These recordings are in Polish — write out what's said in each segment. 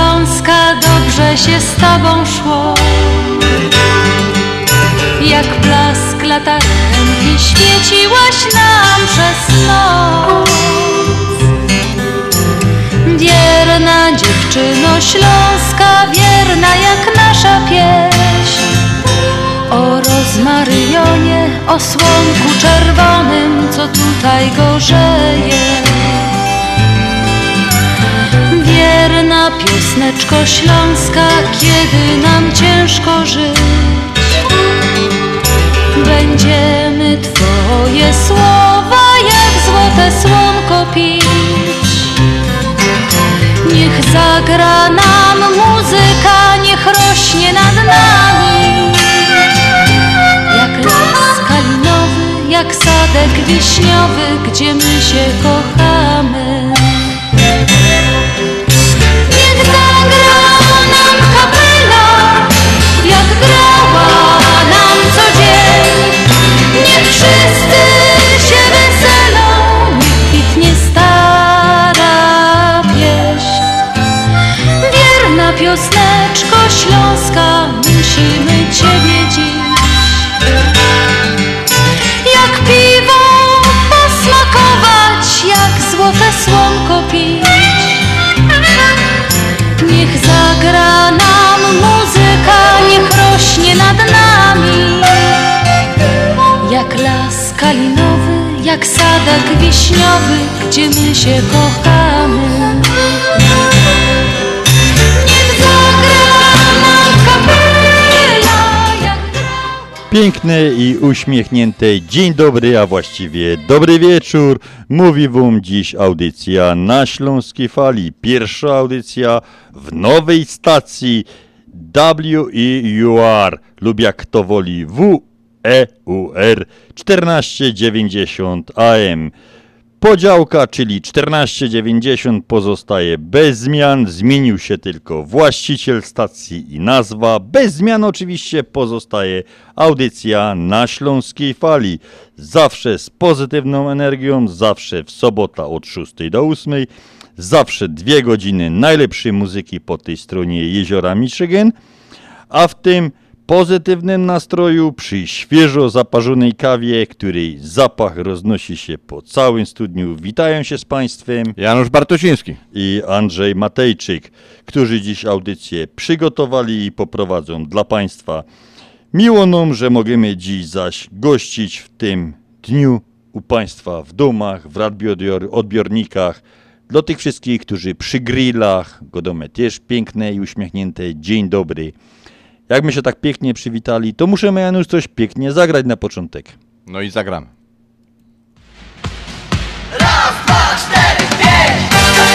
Śląska, dobrze się z tobą szło. Jak blask latarenki świeciłaś nam przez noc. Wierna dziewczyno Śląska, wierna jak nasza pieśń. O rozmaryjonie, o słonku czerwonym, co tutaj gorzeje. Wierna piosneczko Śląska, kiedy nam ciężko żyć, będziemy twoje słowa jak złote słonko pić. Niech zagra nam muzyka, niech rośnie nad nami. Jak las kalinowy, jak sadek wiśniowy, gdzie my się kochamy. Niech zagra nam kapela, jak grała nam co dzień. Niech wszyscy się weselą, niech kwitnie stara pieśń. Wierna piosneczko Śląska, musimy ciebie dziś jak piwo posmakować, jak złote słonko pić. Niech zagra nam muzyka, niech rośnie nad nami. Jak las kalinowy, jak sadek wiśniowy, gdzie my się kochamy. Niech zagra nam kapela, jak... Piękne i uśmiechnięte dzień dobry, a właściwie dobry wieczór. Mówi wam dziś audycja na Śląskiej Fali. Pierwsza audycja w nowej stacji WEUR lub jak kto woli WEUR 1490 AM. Podziałka, czyli 1490 pozostaje bez zmian, zmienił się tylko właściciel stacji i nazwa. Bez zmian oczywiście pozostaje audycja na Śląskiej Fali. Zawsze z pozytywną energią, zawsze w sobota od 6 do 8. Zawsze 2 godziny najlepszej muzyki po tej stronie jeziora Michigan. A w tym pozytywnym nastroju przy świeżo zaparzonej kawie, której zapach roznosi się po całym studniu. Witają się z Państwem Janusz Bartosiński i Andrzej Matejczyk, którzy dziś audycję przygotowali i poprowadzą dla Państwa. Miło nam, że możemy dziś zaś gościć w tym dniu u Państwa w domach, w radioodbiornikach. Dla tych wszystkich, którzy przy grillach, godomy też piękne i uśmiechnięte dzień dobry. Jak my się tak pięknie przywitali, to musimy, Janusz, coś pięknie zagrać na początek. No i zagramy. Raz, dwa, cztery, pięć!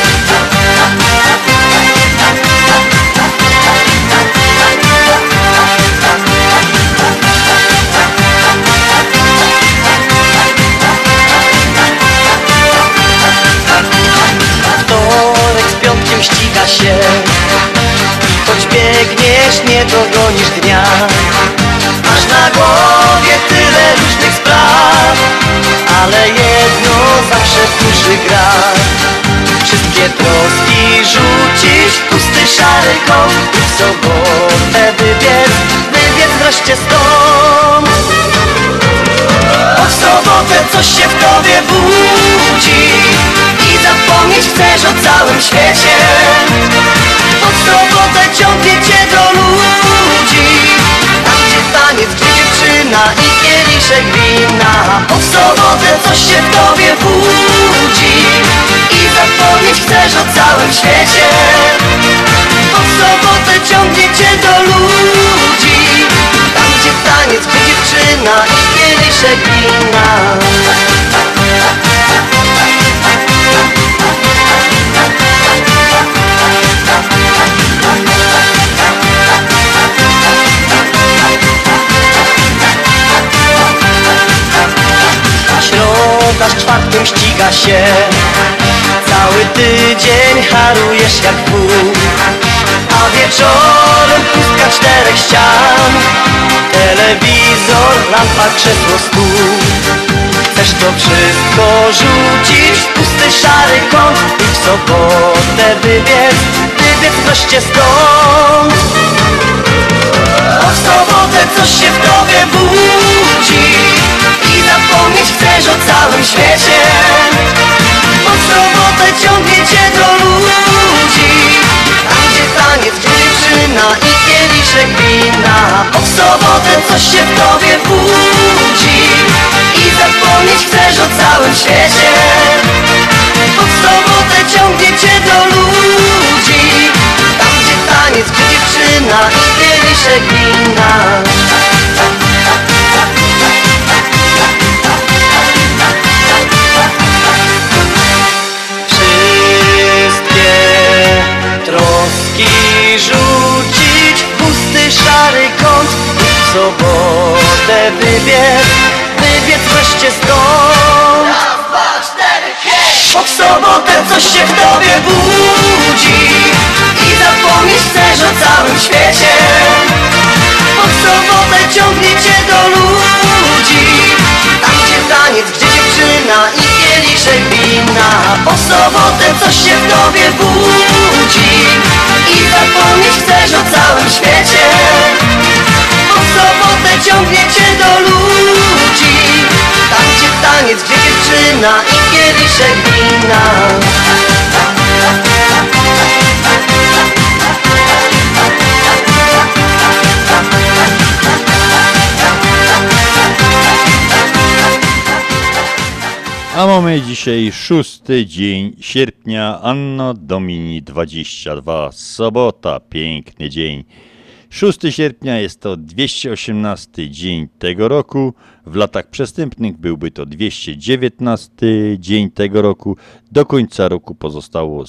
Wtorek z piątkiem ściga się, choć biegniesz, nie dogonisz dnia. Masz na głowie tyle różnych spraw, ale jedno zawsze w duszy gra. Wszystkie troski rzucić w pusty szary kąt i w sobotę wybiec wreszcie stąd. Bo w sobotę coś się w tobie budzi i zapomnieć chcesz o całym świecie. Pod sobotę ciągnie cię do ludzi, tam gdzie taniec, gdzie dziewczyna i kieliszek wina. Pod sobotę coś się w tobie budzi i zapomnieć chcesz o całym świecie. Pod sobotę ciągnie cię do ludzi, tam gdzie taniec, gdzie dziewczyna i kieliszek wina. Środa z czwartkiem ściga się, cały tydzień harujesz jak wół, a wieczorem pustka 4 ścian, telewizor, lampa, krzesło, stół. Chcesz to wszystko rzucić w pusty szary kąt i w sobotę wybiec coście stąd. Bo w sobotę coś się w tobie budzi i zapomnieć chcesz o całym świecie. Bo w sobotę ciągnie cię do ludzi, tam gdzie taniec, gdzie dziewczyna i kieliszek wina. Bo w sobotę coś się w tobie budzi i zapomnieć chcesz o całym świecie. Bo w sobotę ciągnie cię do ludzi, tam gdzie taniec, gdzie dziewczyna i kieliszek wina. Wszystkie troski rzucić w pusty szary kąt i w sobotę wybiec wreszcie stąd. Bo w sobotę coś się w tobie budzi i zapomnieć chcesz o całym świecie. Bo w sobotę ciągnie cię do ludzi, tam gdzie taniec, gdzie dziewczyna i kieliszek wina. Bo w sobotę coś się w tobie budzi i zapomnieć chcesz o całym świecie. Bo w sobotę ciągnie cię do ludzi, tam gdzie taniec, gdzie dziewczyna i kieliszek wina. A mamy dzisiaj 6 dzień sierpnia, Anno Domini 22, sobota, piękny dzień. 6 sierpnia jest to 218 dzień tego roku, w latach przestępnych byłby to 219 dzień tego roku, do końca roku pozostało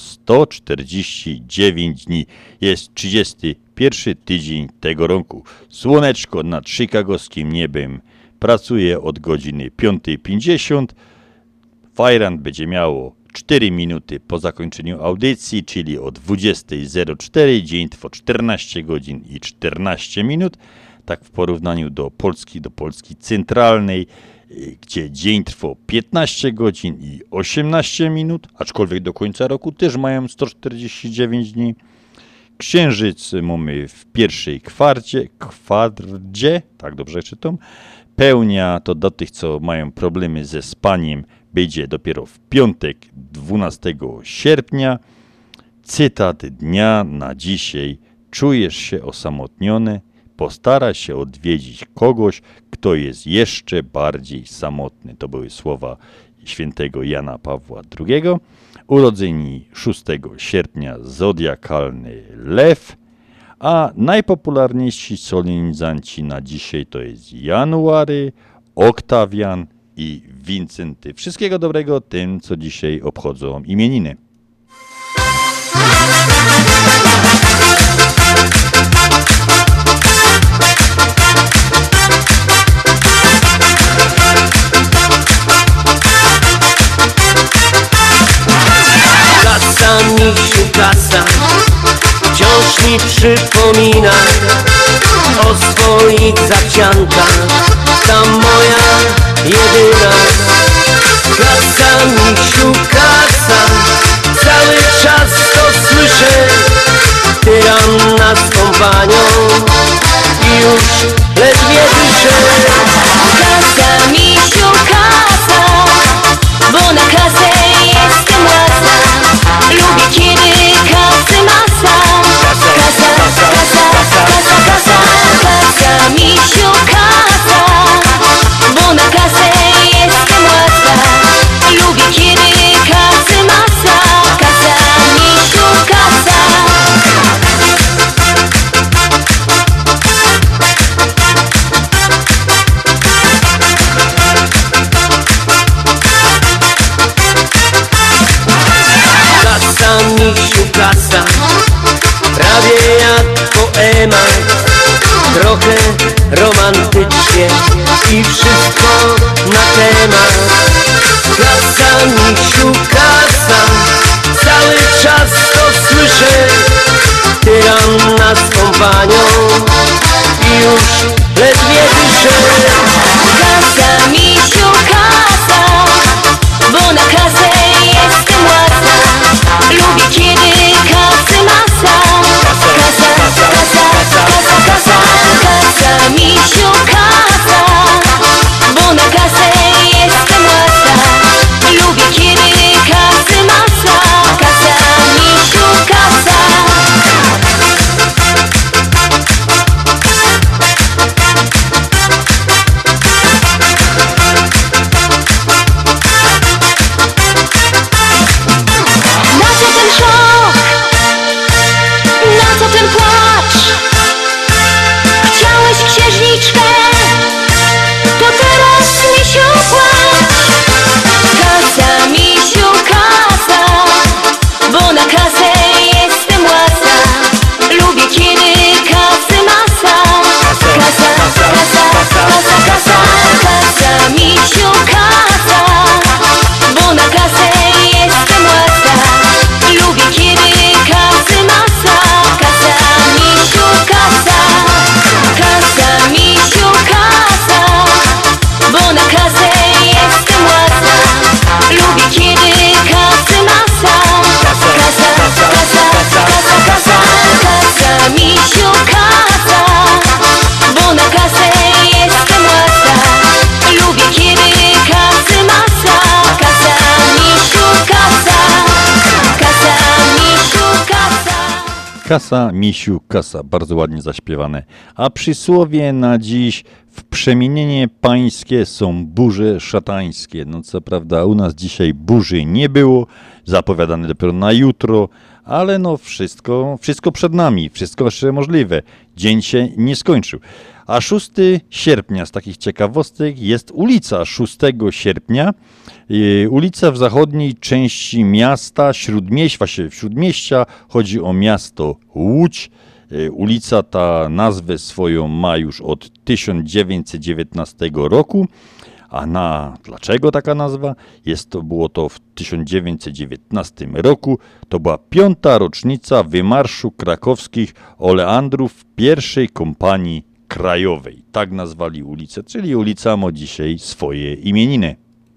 149 dni, jest 31 tydzień tego roku. Słoneczko nad chicagowskim niebem pracuje od godziny 5:50. Fajrant będzie miało 4 minuty po zakończeniu audycji, czyli o 20:04. Dzień trwa 14 godzin i 14 minut. Tak w porównaniu do Polski centralnej, gdzie dzień trwa 15 godzin i 18 minut, aczkolwiek do końca roku też mają 149 dni. Księżyc mamy w pierwszej kwarcie, tak dobrze czytam. Pełnia to do tych, co mają problemy ze spaniem, będzie dopiero w piątek 12 sierpnia. Cytat dnia na dzisiaj. Czujesz się osamotniony? Postaraj się odwiedzić kogoś, kto jest jeszcze bardziej samotny. To były słowa świętego Jana Pawła II. Urodzeni 6 sierpnia zodiakalny Lew. A najpopularniejsi solenizanci na dzisiaj to jest January, Oktawian i Wincenty. Wszystkiego dobrego tym, co dzisiaj obchodzą imieniny. Kasa, misiu, kasa, wciąż mi przypomina o swoich zachciankach, ta moja jedyna. Kasa, misiu, kasa, cały czas to słyszę, tyram nad tą panią i już ledwie dyszę. Kasa, misiu, kasa, bo na kasę jestem łasa. Lubię, kiedy kasy masa. Kasa, kasa, kasa, kasa, kasa, misiu, kasa, bo na kasę jestem łasa. Lubię, kiedy kasy masa. Kasa, misiu, kasa. Kasa, misiu, kasa, prawie jak poema, trochę romantycznie i wszystko na temat. Kasa, misiu, kasa, cały czas to słyszę, tyram nad tą panią i już ledwie dyszę. Kasa, misiu, kasa, bo na kasę jestem łasa. Lubię, kiedy kasy masa. Kasa, misiu, kasa. Bardzo ładnie zaśpiewane. A przysłowie na dziś: w przemienienie pańskie są burze szatańskie. No co prawda u nas dzisiaj burzy nie było, zapowiadane dopiero na jutro, ale no wszystko przed nami, wszystko jeszcze możliwe. Dzień się nie skończył. A 6 sierpnia z takich ciekawostek jest ulica 6 sierpnia. Ulica w zachodniej części miasta, Śródmieścia, chodzi o miasto Łódź. Ulica ta nazwę swoją ma już od 1919 roku. Dlaczego taka nazwa? Było to w 1919 roku. To była 5. rocznica wymarszu krakowskich oleandrów pierwszej kompanii krajowej. Tak nazwali ulicę, czyli ulica ma dzisiaj swoje imieniny.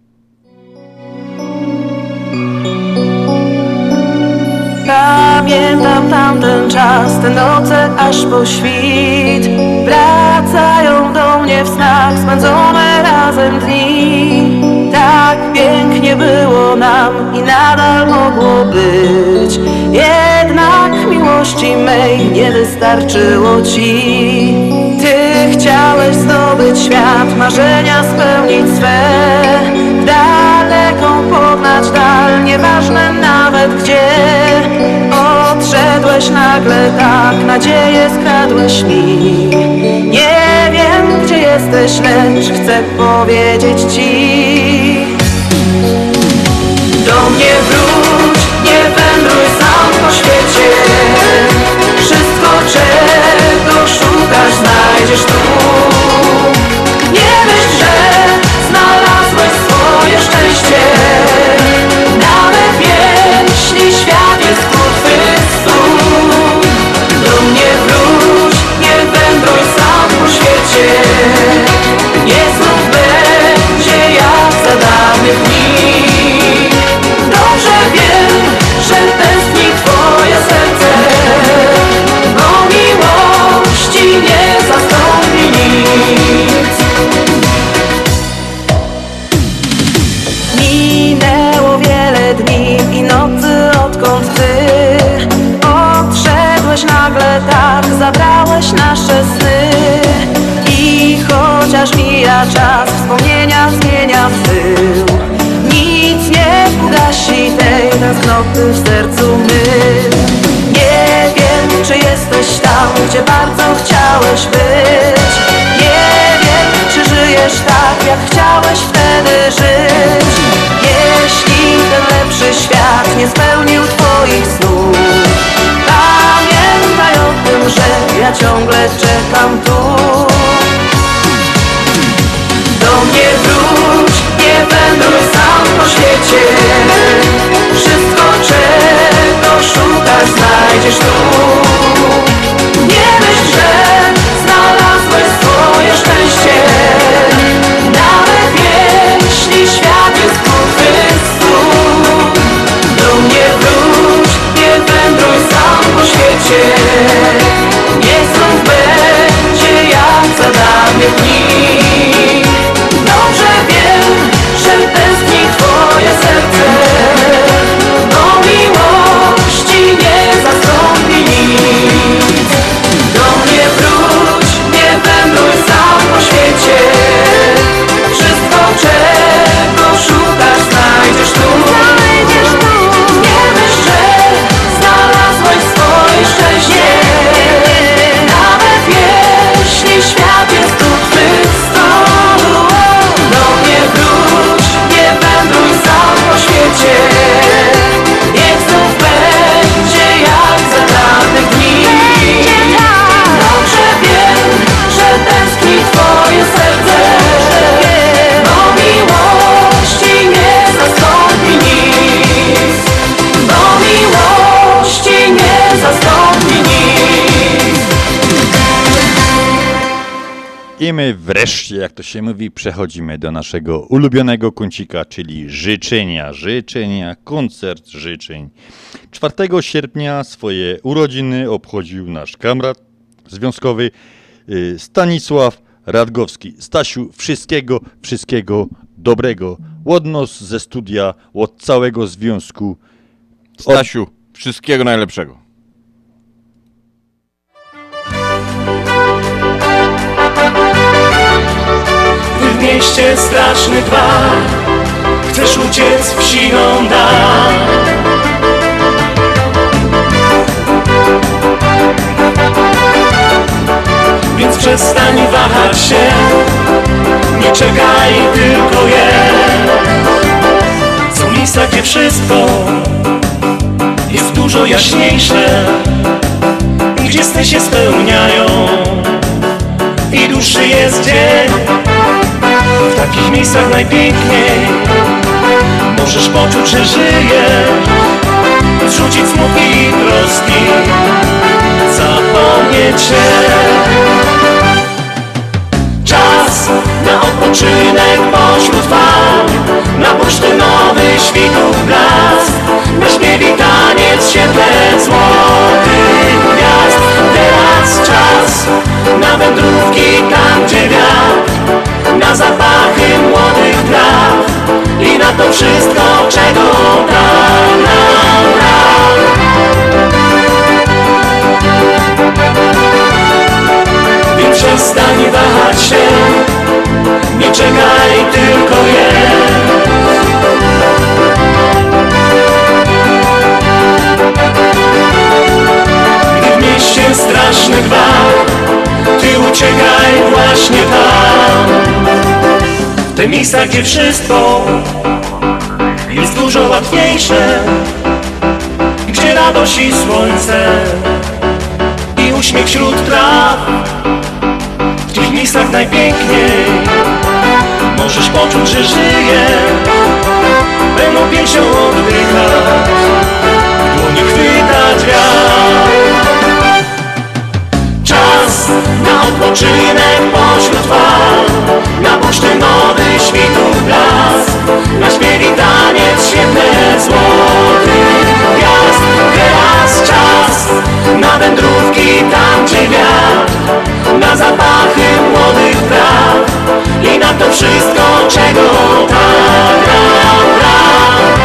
Pamiętam tamten czas, te noce aż po świt. Wracają do mnie w snach spędzone razem dni. Tak pięknie było nam i nadal mogło być. Jednak miłości mej nie wystarczyło ci. Ty chciałeś zdobyć świat, marzenia spełnić swe. W daleką pognać dal, nieważne nawet gdzie. Odszedłeś nagle tak, nadzieję skradłeś mi. Nie wiem gdzie jesteś, lecz chcę powiedzieć ci. Do mnie wróć, nie wędruj sam po świecie. Wszystko czego szukasz znajdziesz tu. Nie myśl, że znalazłeś swoje szczęście. Nawet jeśli świat jest ku twych stóp. Do mnie wróć, nie wędruj sam po świecie. Nie znów będzie jak za dawnych dni. Dobrze wiem, że tęskni twoje serce, bo miłości nie zastąpi nic. Minęło wiele dni i nocy, odkąd ty odszedłeś nagle tak, zabrałeś nasze sny. I chociaż mija czas, wspomnienia zmienia styl. Nic nie ugasi tej tęsknoty w sercu mym. Nie wiem, czy jesteś tam, gdzie bardzo chciałeś być. Nie wiem, czy żyjesz tak, jak chciałeś wtedy żyć. Jeśli ten lepszy świat nie spełnił twoich snów, pamiętaj o tym, że ja ciągle czekam tu. Do mnie wróć, nie wędruj sam po świecie. Wszystko czego szukasz znajdziesz tu. Nie myśl, że znalazłeś swoje szczęście. Nawet jeśli świat jest ku twych stóp. Do mnie wróć, nie wędruj sam po świecie. Nie znów będzie jak za dawnych dni. Dobrze wiem, że tęskni twoje serce, bo miłości nie zastąpi nic. Do mnie wróć, nie wędruj sam po świecie. Wszystko czego szukasz znajdziesz tu. Nie myśl, że znalazłeś swoje szczęście. Nawet jeśli świat jest tu twych stóp. Do mnie wróć, nie wędruj sam po świecie. Niech znów będzie jak za dawnych dni. Dobrze wiem, że tęskni twoje serce, bo miłości nie zastąpi nic. Bo miłości nie zastąpi nic. I my wreszcie, jak to się mówi, przechodzimy do naszego ulubionego kącika, czyli życzenia, koncert życzeń. 4 sierpnia swoje urodziny obchodził nasz kamrat związkowy Stanisław Radgowski. Stasiu, wszystkiego dobrego. Od nas ze studia, od całego związku. Stasiu, wszystkiego najlepszego. mieście straszny gwar, chcesz uciec w siną dal. Więc przestań wahać się, nie czekaj, tylko jedź. Są miejsca, gdzie wszystko jest dużo jaśniejsze, gdzie sny się spełniają i dłuższy jest dzień. W takich miejscach najpiękniej możesz poczuć, że żyjesz, zrzucić smutki i troski, zapomnieć się. Czas na odpoczynek pośród fal, na bursztynowy świtów blask, na śpiew i taniec w świetle złotych gwiazd. Teraz czas na wędrówki tam, gdzie wiatr, na zapachy młodych traw i na to wszystko, czego tak nam brak. Więc przestań wahać się, nie czekaj, tylko jedź. Gdy w mieście straszny gwar, ty uciekaj właśnie tam. W te miejsca, gdzie wszystko jest dużo łatwiejsze, gdzie radość i słońce i uśmiech wśród traw. W tych miejscach najpiękniej możesz poczuć, że żyjesz, pełną piersią oddychać, w dłonie chwytać wiatr. Czas na odpoczynek pośród fal, na bursztynowy świtów blask, na śpiew i taniec w świetle złotych gwiazd. Teraz czas na wędrówki tam, gdzie wiatr, na zapachy młodych traw i na to wszystko, czego tak nam brak.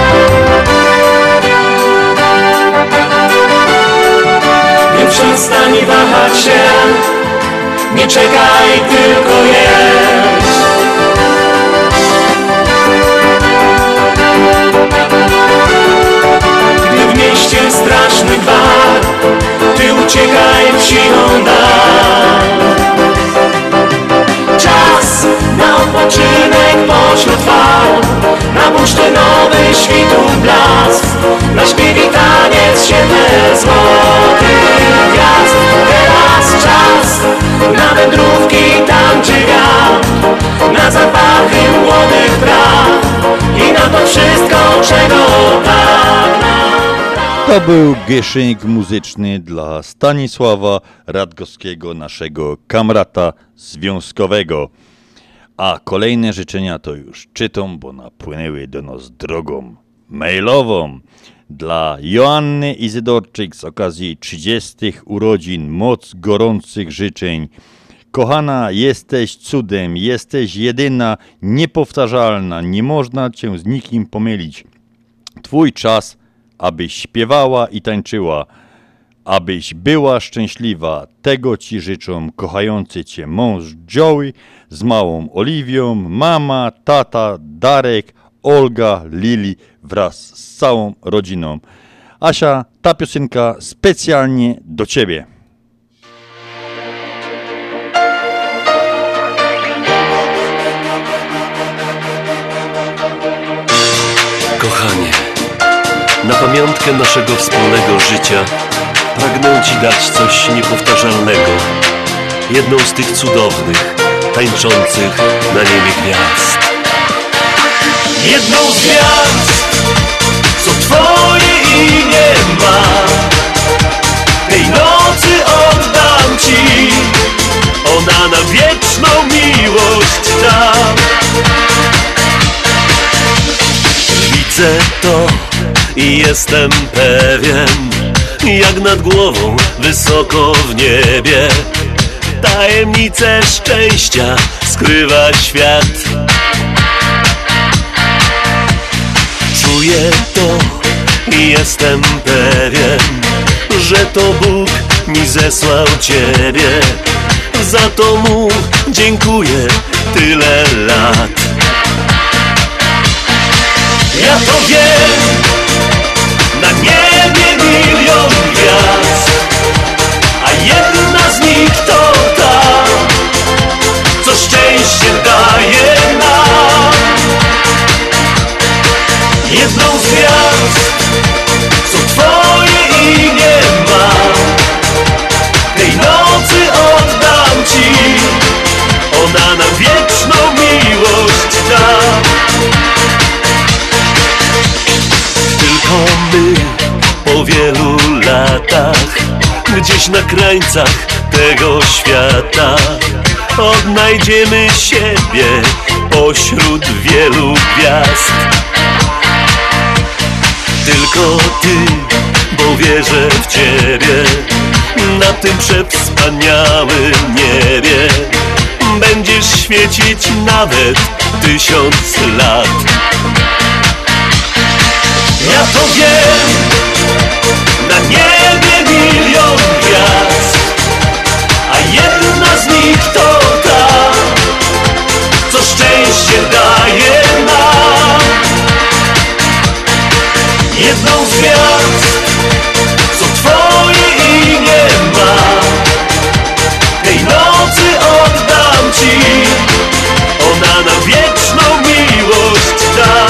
Więc przestań wahać się, nie czekaj, tylko jedź. Gdy w mieście straszny gwar, ty uciekaj w siną dal. Czas na odpoczynek pośród fal, na bursztynowy świtów blask, na śpiew i taniec w świetle złotych gwiazd. Teraz czas na wędrówki tam, gdzie wiatr, na zapachy młodych traw i na to wszystko, czego tak nam. To był gieszynk muzyczny dla Stanisława Radgowskiego, naszego kamrata związkowego. A kolejne życzenia to już czytam, bo napłynęły do nas drogą mailową. Dla Joanny Izydorczyk z okazji 30 urodzin moc gorących życzeń. Kochana, jesteś cudem, jesteś jedyna, niepowtarzalna, nie można cię z nikim pomylić. Twój czas, abyś śpiewała i tańczyła, abyś była szczęśliwa. Tego ci życzą kochający cię mąż Joey z małą Oliwią, mama, tata, Darek, Olga, Lili wraz z całą rodziną. Asia, ta piosenka specjalnie do ciebie. Kochanie, na pamiątkę naszego wspólnego życia pragnę ci dać coś niepowtarzalnego. Jedną z tych cudownych, tańczących na niebie gwiazd. Jedną z gwiazd, co twoje imię ma, tej nocy oddam ci, ona na wieczną miłość da. Widzę to i jestem pewien, jak nad głową, wysoko w niebie, tajemnice szczęścia skrywa świat. Czuję to i jestem pewien, że to Bóg mi zesłał ciebie. Za to mu dziękuję tyle lat. Ja to wiem, na niebie milion gwiazd, a jedna z nich to ta, co szczęście daje nam. Jedną z gwiazd, co twoje imię ma, tej nocy oddam ci, ona nam wieczną miłość da. Tylko my po wielu latach, gdzieś na krańcach tego świata, odnajdziemy siebie pośród wielu gwiazd. Tylko ty, bo wierzę w ciebie, na tym przewspaniałym niebie będziesz świecić nawet 1000 lat. Ja to wiem, na niebie milion gwiazd, a jedna z nich to ta, co szczęście daje nam. Jedną z gwiazd, co twoje imię ma, tej nocy oddam ci, ona nam wieczną miłość da.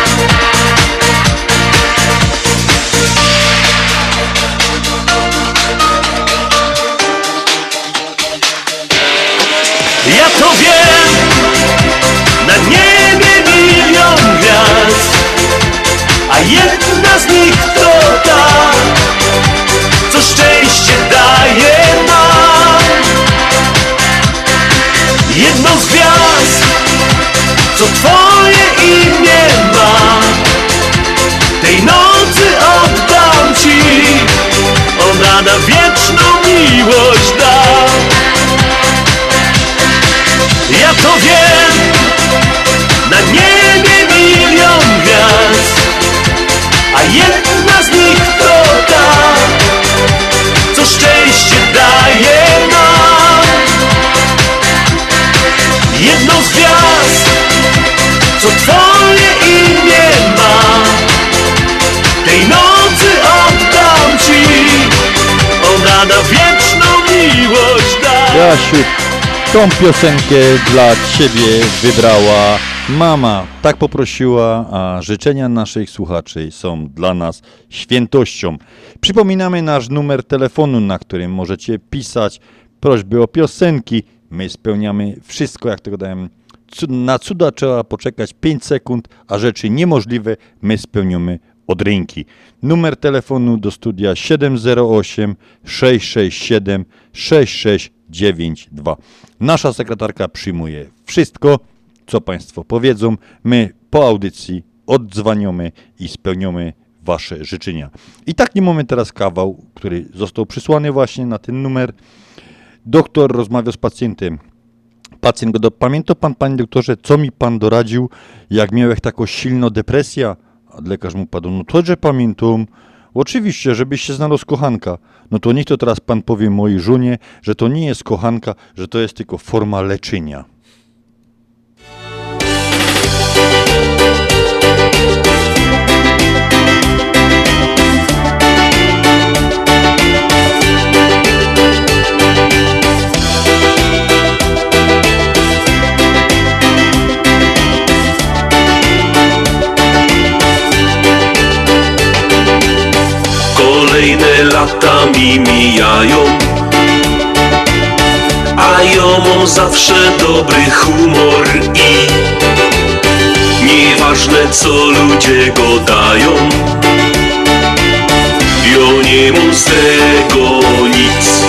Ja to wiem, na niebie milion gwiazd, a jedna z nich to ta, co szczęście daje nam. Jedną z gwiazd, co twoje imię ma, tej nocy oddam ci, ona nam wieczną miłość da. Ja to wiem, na niebie milion gwiazd, a jedna z nich to ta, co szczęście daje nam. Jedną z gwiazd, co twoje imię ma, tej nocy oddam ci, ona na wieczną miłość da. Jasiu, tą piosenkę dla ciebie wybrała mama. Tak poprosiła, a życzenia naszych słuchaczy są dla nas świętością. Przypominamy nasz numer telefonu, na którym możecie pisać prośby o piosenki. My spełniamy wszystko, jak tego dałem. Na cuda trzeba poczekać 5 sekund, a rzeczy niemożliwe my spełnimy od ręki. Numer telefonu do studia 708 667 6692. Nasza sekretarka przyjmuje wszystko, co Państwo powiedzą. My po audycji oddzwaniamy i spełniamy Wasze życzenia. I taki mamy teraz kawał, który został przysłany właśnie na ten numer. Doktor rozmawia z pacjentem. Pacjent go do... Pamięta pan, panie doktorze, co mi pan doradził, jak miałem taką silną depresję? A lekarz mu padł, no to, że pamiętam. Oczywiście, żebyś się znalazł kochanka. No to niech to teraz pan powie mojej żonie, że to nie jest kochanka, że to jest tylko forma leczenia. Kolejne lata mi mijają, a ja mam zawsze dobry humor i nieważne co ludzie gadają, ja nie mam z tego nic.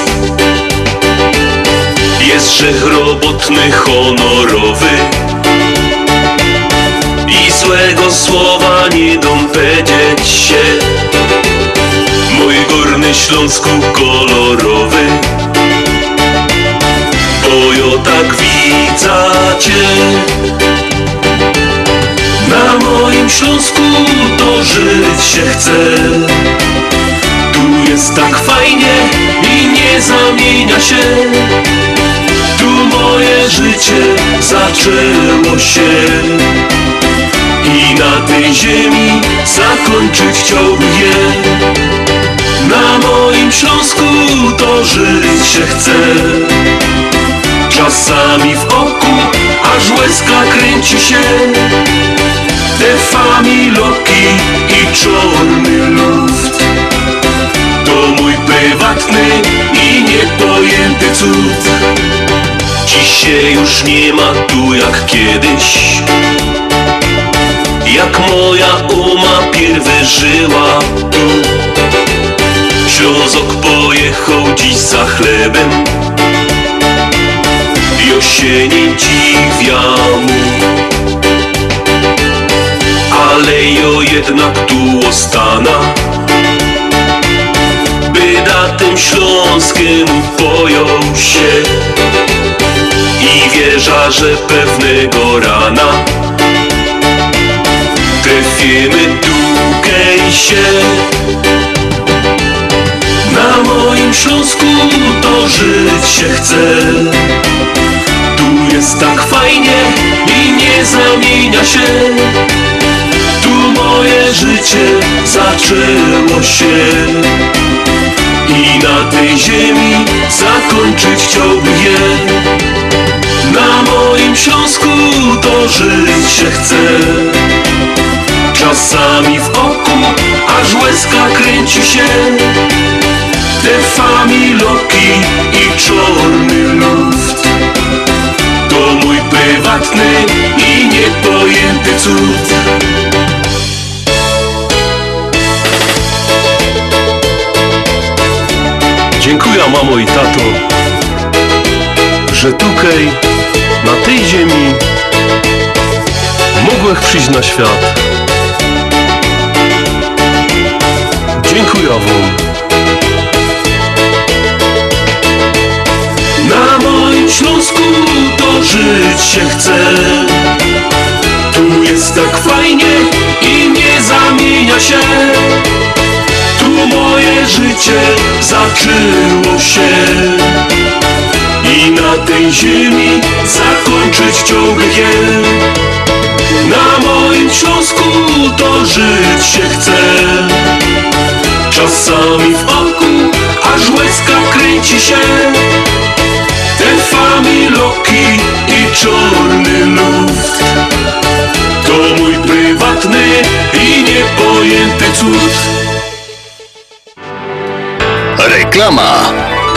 Jest grzech robotny, honorowy i złego słowa nie dam powiedzieć się. Mój Górny Śląsku kolorowy, bo ja tak widzę cię. Na moim Śląsku to żyć się chce. Tu jest tak fajnie i nie zamienia się. Tu moje życie zaczęło się i na tej ziemi zakończyć chciałby je. Na moim Śląsku to żyć się chce, czasami w oku aż łezka kręci się. Te familoki i czarny luft to mój prywatny i niepojęty cud. Dzisiaj już nie ma tu jak kiedyś, jak moja oma pierwy żyła tu. Ślązok pojechał dziś za chlebem, josienie dziwia mu, ale jo jednak tu ostana, by da tym Śląskiem pojął się i wierza, że pewnego rana trafimy długiej się. Na moim Śląsku to żyć się chce, tu jest tak fajnie i nie zamienia się. Tu moje życie zaczęło się i na tej ziemi zakończyć chciałby je. Na moim Śląsku to żyć się chce, czasami w oku aż łezka kręci się. Te familoki i czarny luft to mój prywatny i niepojęty cud. Dziękuję mamo i tato, że tukej na tej ziemi mogłech przyjść na świat. Dziękuję wam. Na moim Śląsku to żyć się chce, tu jest tak fajnie i nie zamienia się. Tu moje życie zaczęło się i na tej ziemi zakończyć chciałby je. Na moim Śląsku to żyć się chce, czasami w oku aż łezka kręci się. Te familoki i czarny luft to mój prywatny i niepojęty cud. Reklama.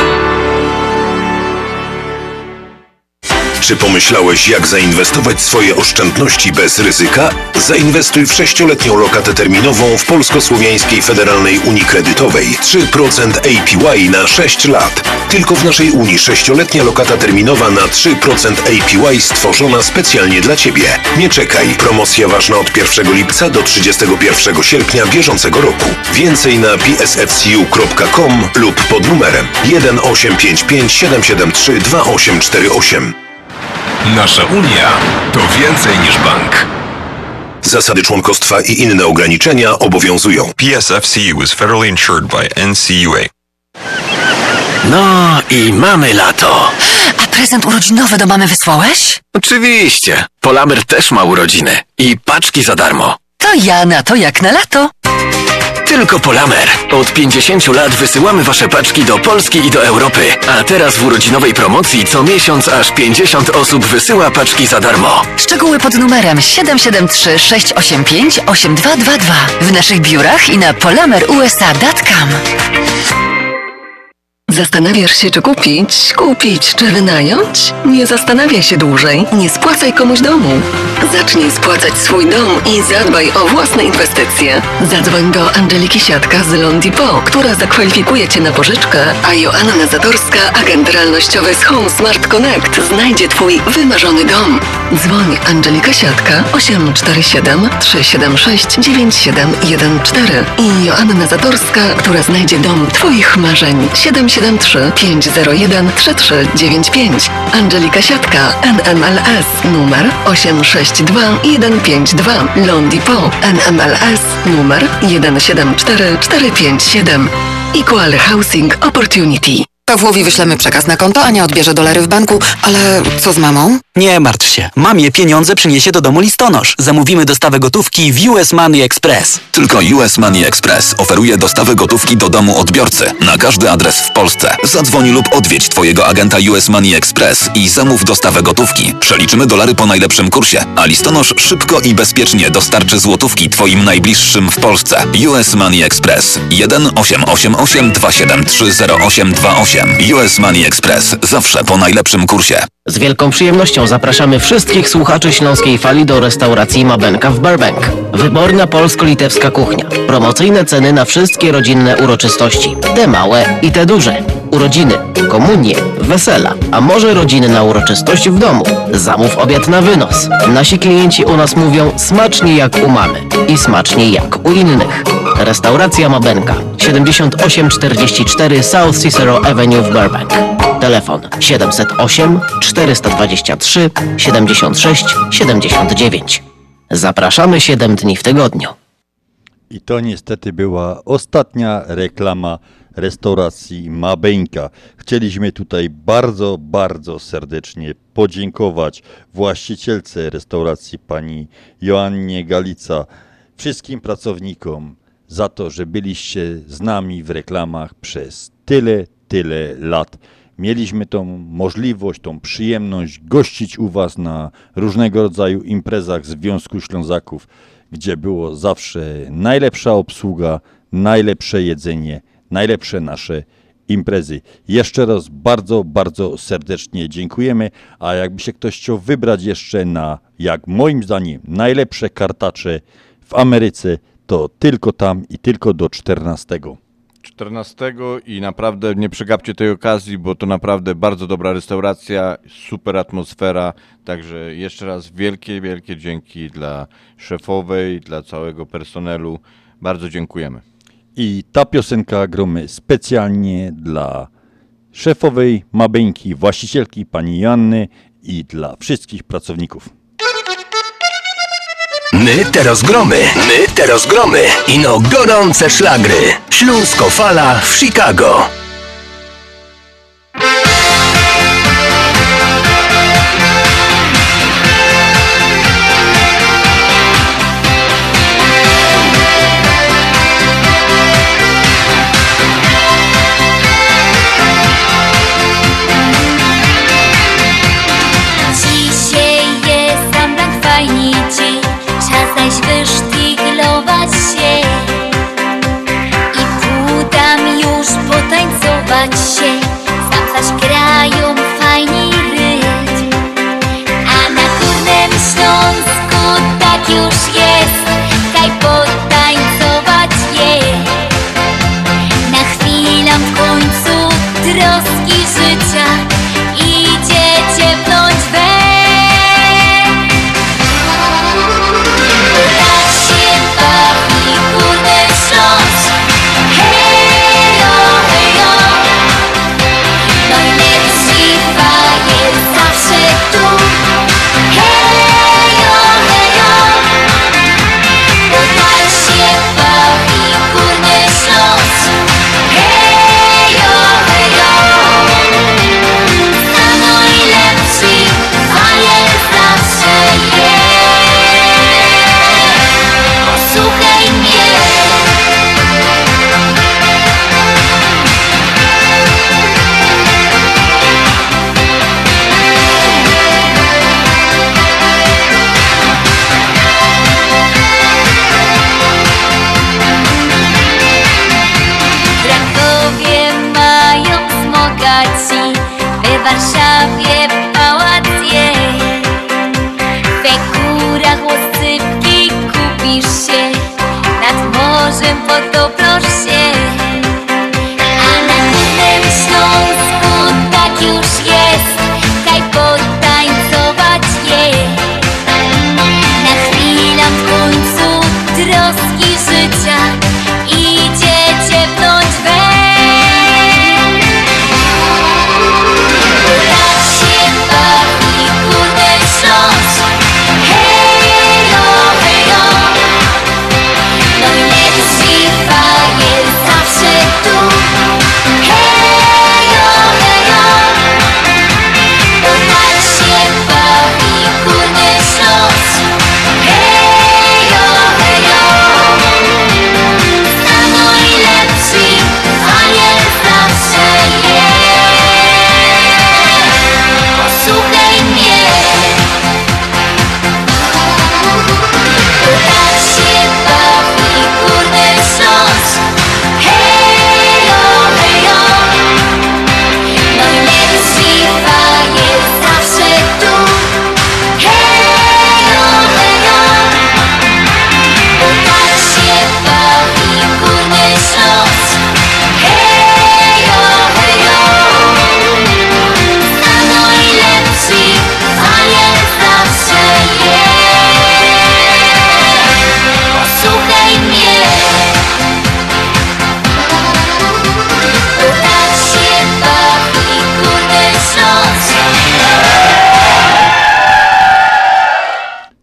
Czy pomyślałeś, jak zainwestować swoje oszczędności bez ryzyka? Zainwestuj w 6-letnią lokatę terminową w Polsko-Słowiańskiej Federalnej Unii Kredytowej. 3% APY na 6 lat. Tylko w naszej Unii 6-letnia lokata terminowa na 3% APY stworzona specjalnie dla Ciebie. Nie czekaj. Promocja ważna od 1 lipca do 31 sierpnia bieżącego roku. Więcej na psfcu.com lub pod numerem 1855 773 2848. Nasza Unia to więcej niż bank. Zasady członkostwa i inne ograniczenia obowiązują. PSFCU is federally insured by NCUA. No i mamy lato. A prezent urodzinowy do mamy wysłałeś? Oczywiście. Polamer też ma urodziny. I paczki za darmo. To ja na to jak na lato. Tylko Polamer. Od 50 lat wysyłamy Wasze paczki do Polski i do Europy. A teraz w urodzinowej promocji co miesiąc aż 50 osób wysyła paczki za darmo. Szczegóły pod numerem 773 685 8222 w naszych biurach i na polamerusa.com. Zastanawiasz się, czy kupić, czy wynająć? Nie zastanawiaj się dłużej. Nie spłacaj komuś domu. Zacznij spłacać swój dom i zadbaj o własne inwestycje. Zadzwoń do Angeliki Siatka z Londipo, która zakwalifikuje Cię na pożyczkę, a Joanna Zatorska, agent realnościowy z Home Smart Connect, znajdzie Twój wymarzony dom. Dzwoń Angelika Siatka 847 376 9714 i Joanna Zatorska, która znajdzie dom Twoich marzeń 773 501 3395. Angelika Siatka, NMLS numer 862152. Londipo, NMLS numer 174457. Equal Housing Opportunity. Pawłowi wyślemy przekaz na konto, Ania odbierze dolary w banku, ale co z mamą? Nie martw się. Mamie pieniądze przyniesie do domu listonosz. Zamówimy dostawę gotówki w US Money Express. Tylko US Money Express oferuje dostawę gotówki do domu odbiorcy na każdy adres w Polsce. Zadzwoń lub odwiedź Twojego agenta US Money Express i zamów dostawę gotówki. Przeliczymy dolary po najlepszym kursie, a listonosz szybko i bezpiecznie dostarczy złotówki Twoim najbliższym w Polsce. US Money Express 1-888-273-0828. US Money Express. Zawsze po najlepszym kursie. Z wielką przyjemnością zapraszamy wszystkich słuchaczy Śląskiej Fali do restauracji Mabenka w Burbank. Wyborna polsko-litewska kuchnia. Promocyjne ceny na wszystkie rodzinne uroczystości. Te małe i te duże. Urodziny, komunie, wesela, a może rodzinna uroczystość w domu. Zamów obiad na wynos. Nasi klienci u nas mówią smacznie jak u mamy i smacznie jak u innych. Restauracja Mabenka 7844 South Cicero Avenue w Burbank. Telefon 708 423 76 79. Zapraszamy 7 dni w tygodniu. I to niestety była ostatnia reklama restauracji Mabeńka. Chcieliśmy tutaj bardzo, bardzo serdecznie podziękować właścicielce restauracji pani Joannie Galica, wszystkim pracownikom za to, że byliście z nami w reklamach przez tyle lat. Mieliśmy tą możliwość, tą przyjemność gościć u Was na różnego rodzaju imprezach Związku Ślązaków, gdzie było zawsze najlepsza obsługa, najlepsze jedzenie, najlepsze nasze imprezy. Jeszcze raz bardzo, bardzo serdecznie dziękujemy, a jakby się ktoś chciał wybrać jeszcze na, jak moim zdaniem, najlepsze kartacze w Ameryce, to tylko tam i tylko do 14. I naprawdę nie przegapcie tej okazji, bo to naprawdę bardzo dobra restauracja, super atmosfera, także jeszcze raz wielkie, wielkie dzięki dla szefowej, dla całego personelu, bardzo dziękujemy. I ta piosenka gromy specjalnie dla szefowej Mabeńki, właścicielki pani Joanny i dla wszystkich pracowników. My te rozgromy, ino gorące szlagry. Śląsko Fala w Chicago. Dzisiaj jest sam tak fajny dzień, czas zaś wysztyglować się i pół tam już potańcować.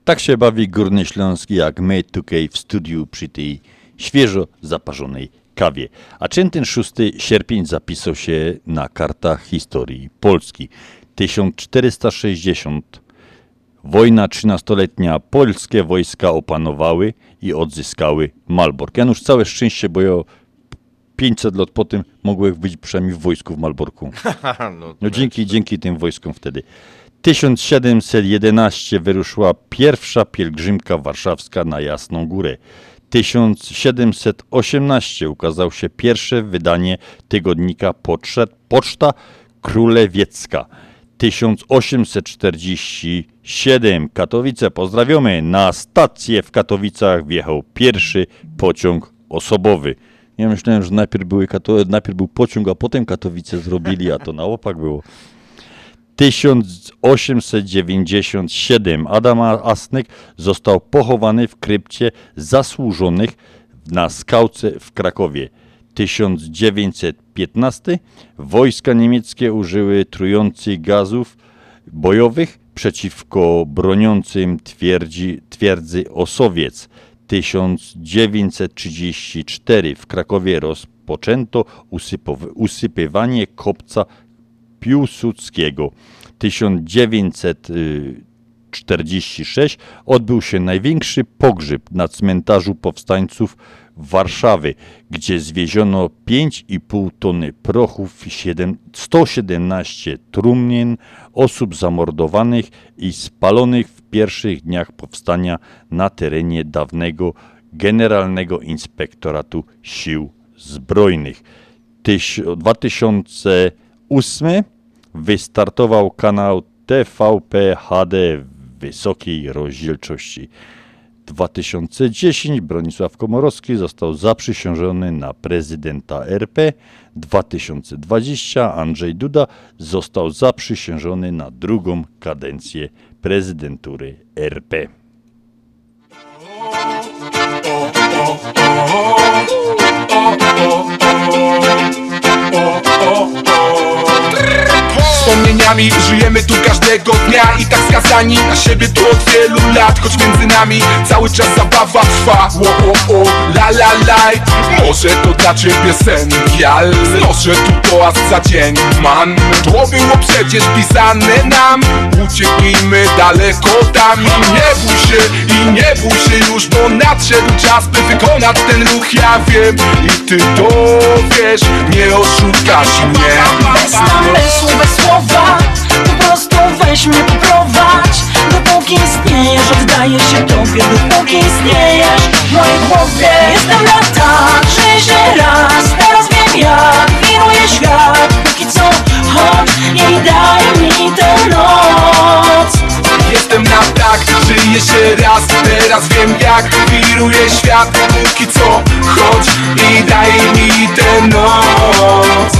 Tak się bawi Górny Śląski jak my tutaj w studiu przy tej świeżo zaparzonej kawie. A czym ten 6 sierpień zapisał się na kartach historii Polski? 1460. Wojna 13-letnia. Polskie wojska opanowały i odzyskały Malbork. Ja już całe szczęście, bo ja 500 lat po tym mogłem być przynajmniej w wojsku w Malborku. No dzięki tym wojskom wtedy. 1711 wyruszyła pierwsza pielgrzymka warszawska na Jasną Górę. 1718 ukazało się pierwsze wydanie tygodnika Poczta Królewiecka. 1847 Katowice, pozdrawiamy. Na stację w Katowicach wjechał pierwszy pociąg osobowy. Ja myślałem, że najpierw był pociąg, a potem Katowice zrobili, a to na opak było. 1897 Adam Asnyk został pochowany w krypcie zasłużonych na Skałce w Krakowie. 1915 wojska niemieckie użyły trujących gazów bojowych przeciwko broniącym twierdzy Osowiec. 1934 w Krakowie rozpoczęto usypywanie kopca Piłsudskiego. 1946 odbył się największy pogrzeb na cmentarzu powstańców Warszawy, gdzie zwieziono 5,5 tony prochów, 117 trumien osób zamordowanych i spalonych w pierwszych dniach powstania na terenie dawnego Generalnego Inspektoratu Sił Zbrojnych. 2008 wystartował kanał TVP HD wysokiej rozdzielczości. 2010 Bronisław Komorowski został zaprzysiężony na prezydenta RP. 2020 Andrzej Duda został zaprzysiężony na drugą kadencję prezydentury RP. Wspomnieniami żyjemy tu każdego dnia i tak skazani na siebie tu od wielu lat. Choć między nami cały czas zabawa trwa. La la la. Może to dla ciebie sen, gial. Znoszę tu toast za dzień, man. To było przecież pisane nam. Ucieknijmy daleko tam. I nie bój się już, bo nadszedł czas, by wykonać ten ruch. Ja wiem i ty to wiesz, nie oszukasz mnie. Bez namysłu, bez słowa, po prostu weź mnie poprowadź. Dopóki istniejesz, oddaję się tobie. Dopóki istniejesz w mojej głowie. Jestem na tak, żyj się raz. Teraz wiem jak wiruje świat. Póki co chodź i daj mi tę noc. Jestem na tak, żyję się raz. Teraz wiem jak wiruje świat. Póki co chodź i daj mi tę noc.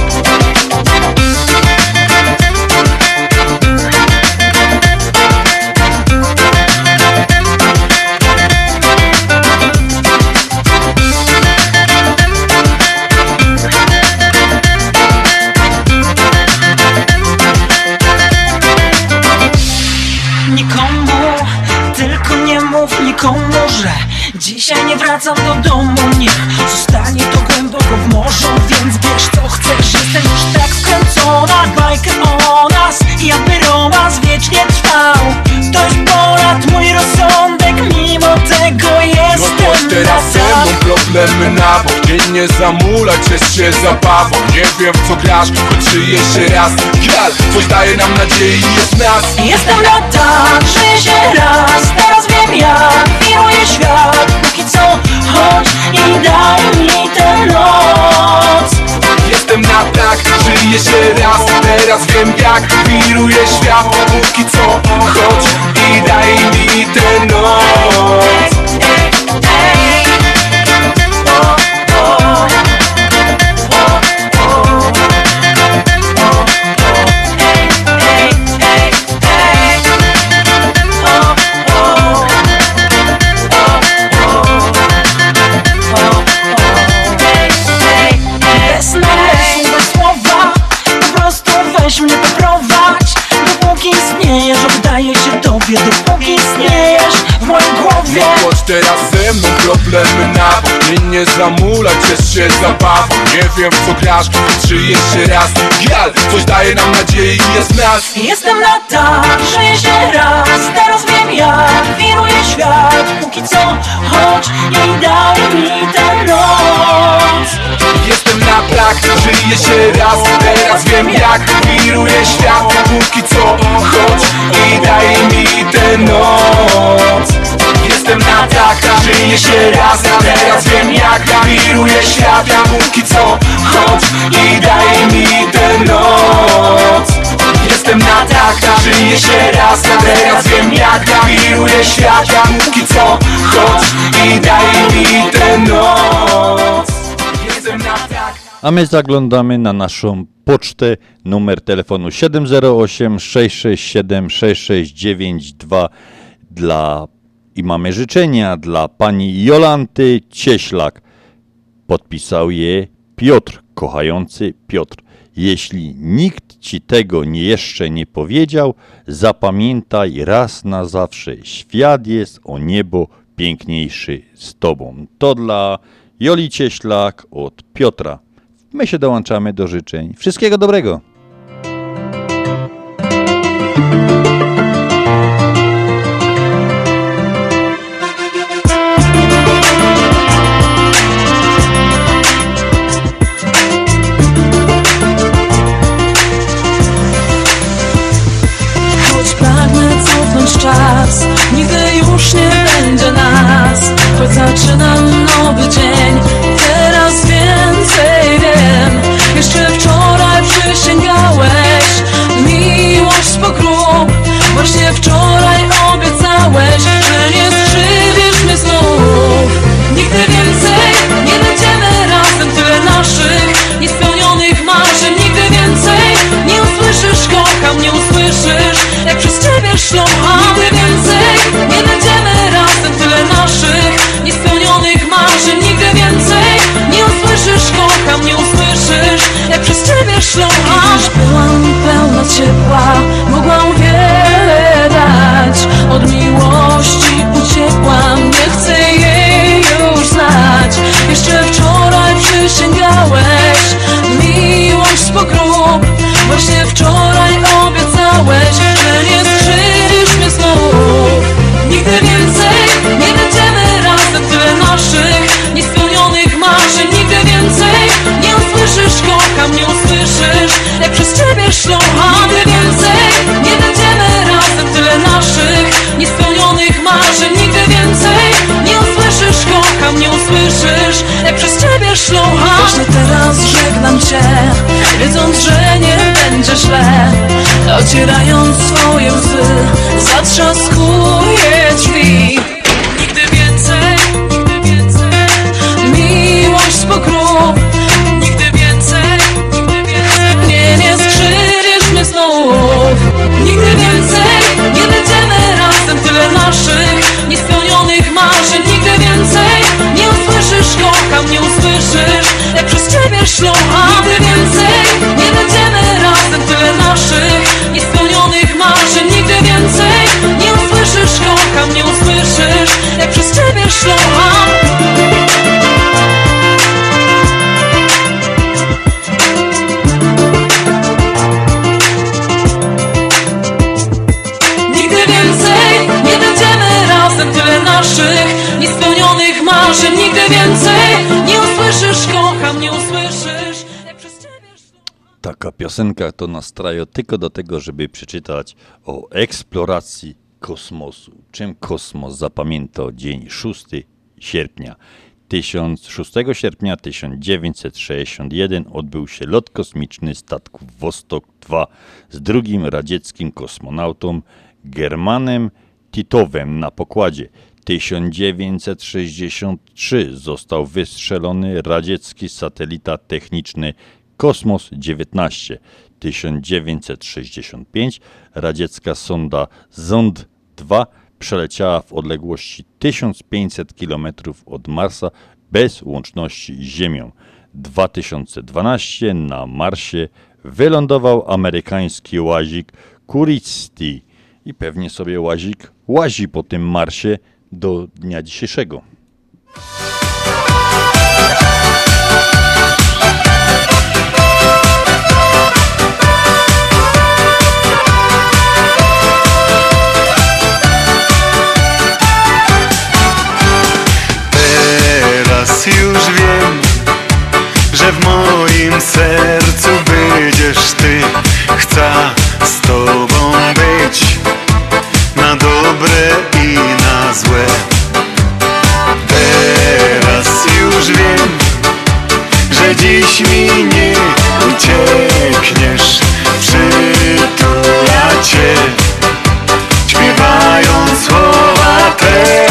Nikomu, że dzisiaj nie wracam do domu. Niech zostanie to głęboko w morzu. Więc bierz co chcesz, jestem już tak wkręcona w bajkę o nas, jakby romans wiecznie trwał. To jest ponad mój rozsądek, mimo tego jestem. No chodź teraz ze mną, problemy na bok. Dzień nie zamulaj, ciesz się zabawą. Nie wiem w co grasz, choć żyję się raz. Gial, coś daje nam nadzieję i jest nas. Jestem na tak, żyję się raz. Teraz wiem jak wiruje świat. Póki co chodź i daj mi tę noc. Jestem na tak, żyję się raz. Teraz wiem jak wiruje świat. Póki co chodź i daj mi tę noc. Weź mnie poprowadź, dopóki istniejesz, oddaję się tobie. Dopóki istniejesz wie. No chodź teraz ze mną, problemy na bok. Mnie nie zamulaj, ciesz się zabawą. Nie wiem w co grasz, czy jeszcze raz. Gial, coś daje nam nadzieję i jest nas. Jestem na tak, żyję się raz. Teraz wiem jak wiruje świat. Póki co, chodź i daj mi tę noc. Jestem na tak, żyję się raz. Teraz wiem jak wiruje świat. Póki co, chodź i daj mi tę noc. Jestem na tak, żyję się raz. Teraz wiem jak wiruje świat. Póki co, chodź i daj mi tę noc. Jestem na tak, żyję się raz. Teraz wiem jak wiruje świat. Póki co, chodź i daj mi tę noc. Jestem na tak. A my zaglądamy na naszą pocztę, numer telefonu 708 667 6692 i mamy życzenia dla pani Jolanty Cieślak. Podpisał je Piotr, kochający Piotr. Jeśli nikt ci tego jeszcze nie powiedział, zapamiętaj raz na zawsze, świat jest o niebo piękniejszy z tobą. To dla Joli Cieślak od Piotra. My się dołączamy do życzeń. Wszystkiego dobrego! Choć pragnę cofnąć czas, nigdy już nie będzie nas. Choć zaczynam nowy dzień, teraz więcej wiem. Jeszcze wczoraj przysięgałeś miłość po grób. Właśnie wczoraj obiecałeś, że nie skrzywdzisz mnie znów. Nigdy więcej nie będziemy razem, tyle naszych niespełnionych marzeń. Nigdy więcej nie usłyszysz kocham, nie usłyszysz jak przez ciebie szlą. Nigdy więcej nie będziemy razem, tyle naszych niespełnionych marzeń. Nigdy więcej nie usłyszysz kocham, nie usłyszysz jak przez ciebie szlą. Kiedyś byłam pełna ciepła, mogłam wiele dać. Od miłości uciekłam, nie chcę jej już znać. Jeszcze wczoraj przysięgałeś miłość po grób. Właśnie wczoraj obiecałeś, że nie skrzywdzisz mnie znów. Nigdy więcej nie będziemy razem, tyle naszych niespełnionych marzeń. Nigdy więcej nie usłyszysz kocham, nie usłyszysz jak przez ciebie szlą. Nigdy więcej nie będziemy razem, tyle naszych niespełnionych marzeń. Nigdy więcej nie usłyszysz kocham, nie usłyszysz jak przez ciebie szlą. Właśnie teraz żegnam cię, wiedząc, że nie będzie źle. Ocierając swoje łzy, zatrzaskuję drzwi. Nigdy więcej miłość po grób. Nigdy więcej nie skrzywdzisz mnie znów. Nigdy więcej nie będziemy razem, tyle naszych niespełnionych marzeń. Nigdy więcej nie usłyszysz kocham, nie usłyszysz jak przez ciebie szlą. Nigdy więcej nie będziemy razem, tyle naszych niespełnionych marzeń. Nigdy więcej nie usłyszysz kocham, nie usłyszysz jak przez ciebie szlą. Nigdy więcej nie będziemy razem, tyle naszych niespełnionych marzeń. Nigdy więcej nie usłyszysz kocham, nie usłyszysz jak przez ciebie szlą. Taka piosenka to nastraja tylko do tego, żeby przeczytać o eksploracji kosmosu. Czym kosmos zapamiętał dzień 6 sierpnia 1961 odbył się lot kosmiczny statku Wostok 2 z drugim radzieckim kosmonautą Germanem Titowem na pokładzie. 1963 został wystrzelony radziecki satelita techniczny Kosmos 19. 1965 radziecka sonda Zond 2 przeleciała w odległości 1500 km od Marsa bez łączności z Ziemią. 2012 na Marsie wylądował amerykański łazik Curiosity i pewnie sobie łazik łazi po tym Marsie do dnia dzisiejszego. Teraz już wiem, że w moim sercu będziesz ty. Chcę z tobą być na dobre i na złe. Teraz już wiem, że dziś mi nie uciekniesz. Przytula cię, śpiewając słowa te.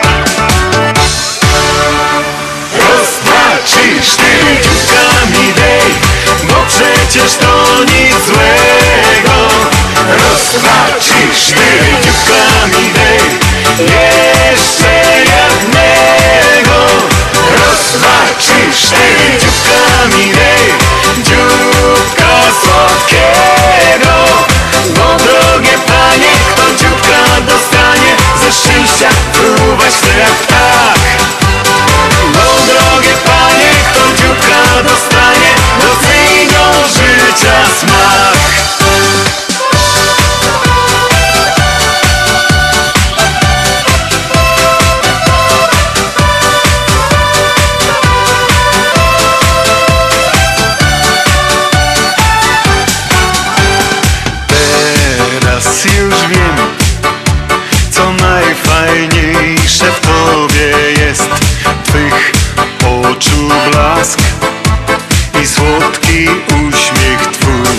Cztery dzióbkami dej, bo przecież to nic złego. Raz, dwa, trzy, cztery dzióbkami dej, jeszcze jednego. Raz, dwa, trzy, cztery dzióbkami dej, dzióbka słodkiego. Bo drogie panie, kto dzióbka dostanie, ze szczęścia fruwać chce jak ptak. Bo drogie panie, kto dzióbka dostanie, docenią życia smak. Teraz już wiem, co najfajniejsze w tobie jest. Twych oczu blask i słodki uśmiech twój.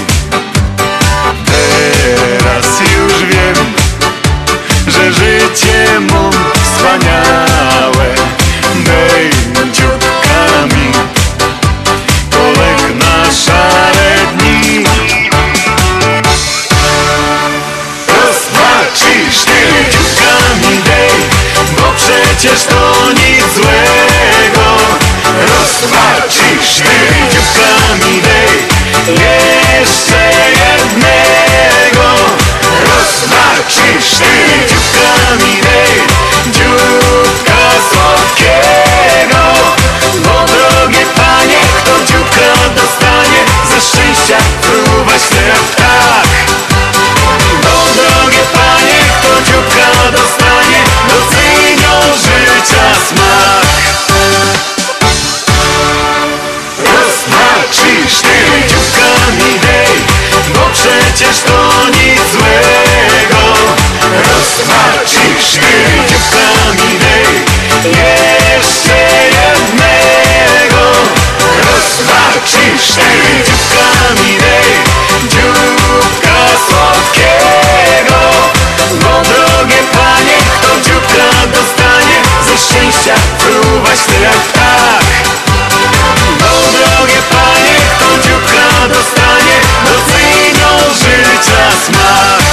Teraz już wiem, że życie mą wspaniałe dzióbkami to lek na szare dni. Raz, dwa, trzy, cztery dzióbkami dej, bo przecież to nic złego. Raz, dwa, trzy, cztery dzióbkami dej, jeszcze jednego. Raz, dwa, trzy, cztery dzióbkami dej, dzióbka słodkiego. Bo drogie panie, kto dzióbka dostanie, ze szczęścia fruwać chce jak ptak. Bo drogie panie, kto dzióbka dostanie, docenią życia smak. Raz, dwa, trzy, cztery dzióbkami dej, bo przecież to nic złego. Raz, dwa, trzy, cztery dzióbkami dej, jeszcze jednego. Raz, dwa, trzy, cztery dzióbkami dej, dzióbka słodkiego. Bo drogie panie, kto dzióbka dostanie, ze szczęścia fruwać chce jak ptak. Bo drogie panie, kto dzióbka dostanie, docenią życia smak.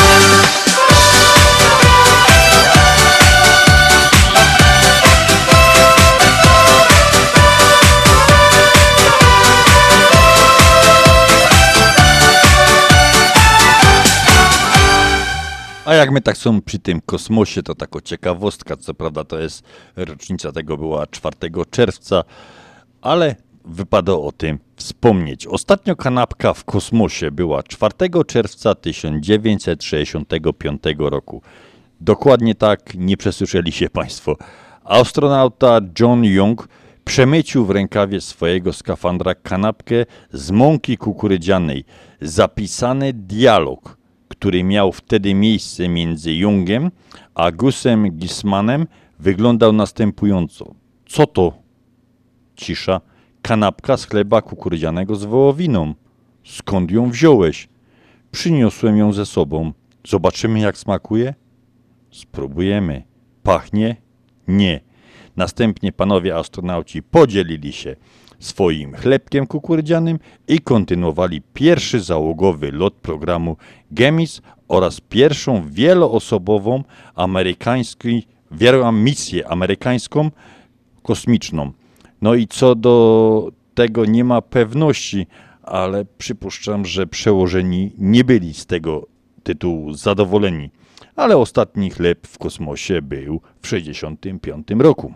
A jak my tak są przy tym kosmosie, to taka ciekawostka, co prawda to jest rocznica tego była 4 czerwca, ale wypada o tym wspomnieć. Ostatnio kanapka w kosmosie była 4 czerwca 1965 roku. Dokładnie tak, nie przesłyszeli się Państwo. Astronauta John Young przemycił w rękawie swojego skafandra kanapkę z mąki kukurydzianej. Zapisany dialog, który miał wtedy miejsce między Youngiem a Gusem Gismanem, wyglądał następująco. Co to? Cisza. Kanapka z chleba kukurydzianego z wołowiną. Skąd ją wziąłeś? Przyniosłem ją ze sobą. Zobaczymy, jak smakuje? Spróbujemy. Pachnie? Nie. Następnie panowie astronauci podzielili się swoim chlebkiem kukurydzianym i kontynuowali pierwszy załogowy lot programu Gemis oraz pierwszą wieloosobową misję amerykańską kosmiczną. No i co do tego nie ma pewności, ale przypuszczam, że przełożeni nie byli z tego tytułu zadowoleni. ale ostatni chleb w kosmosie był w 1965 roku.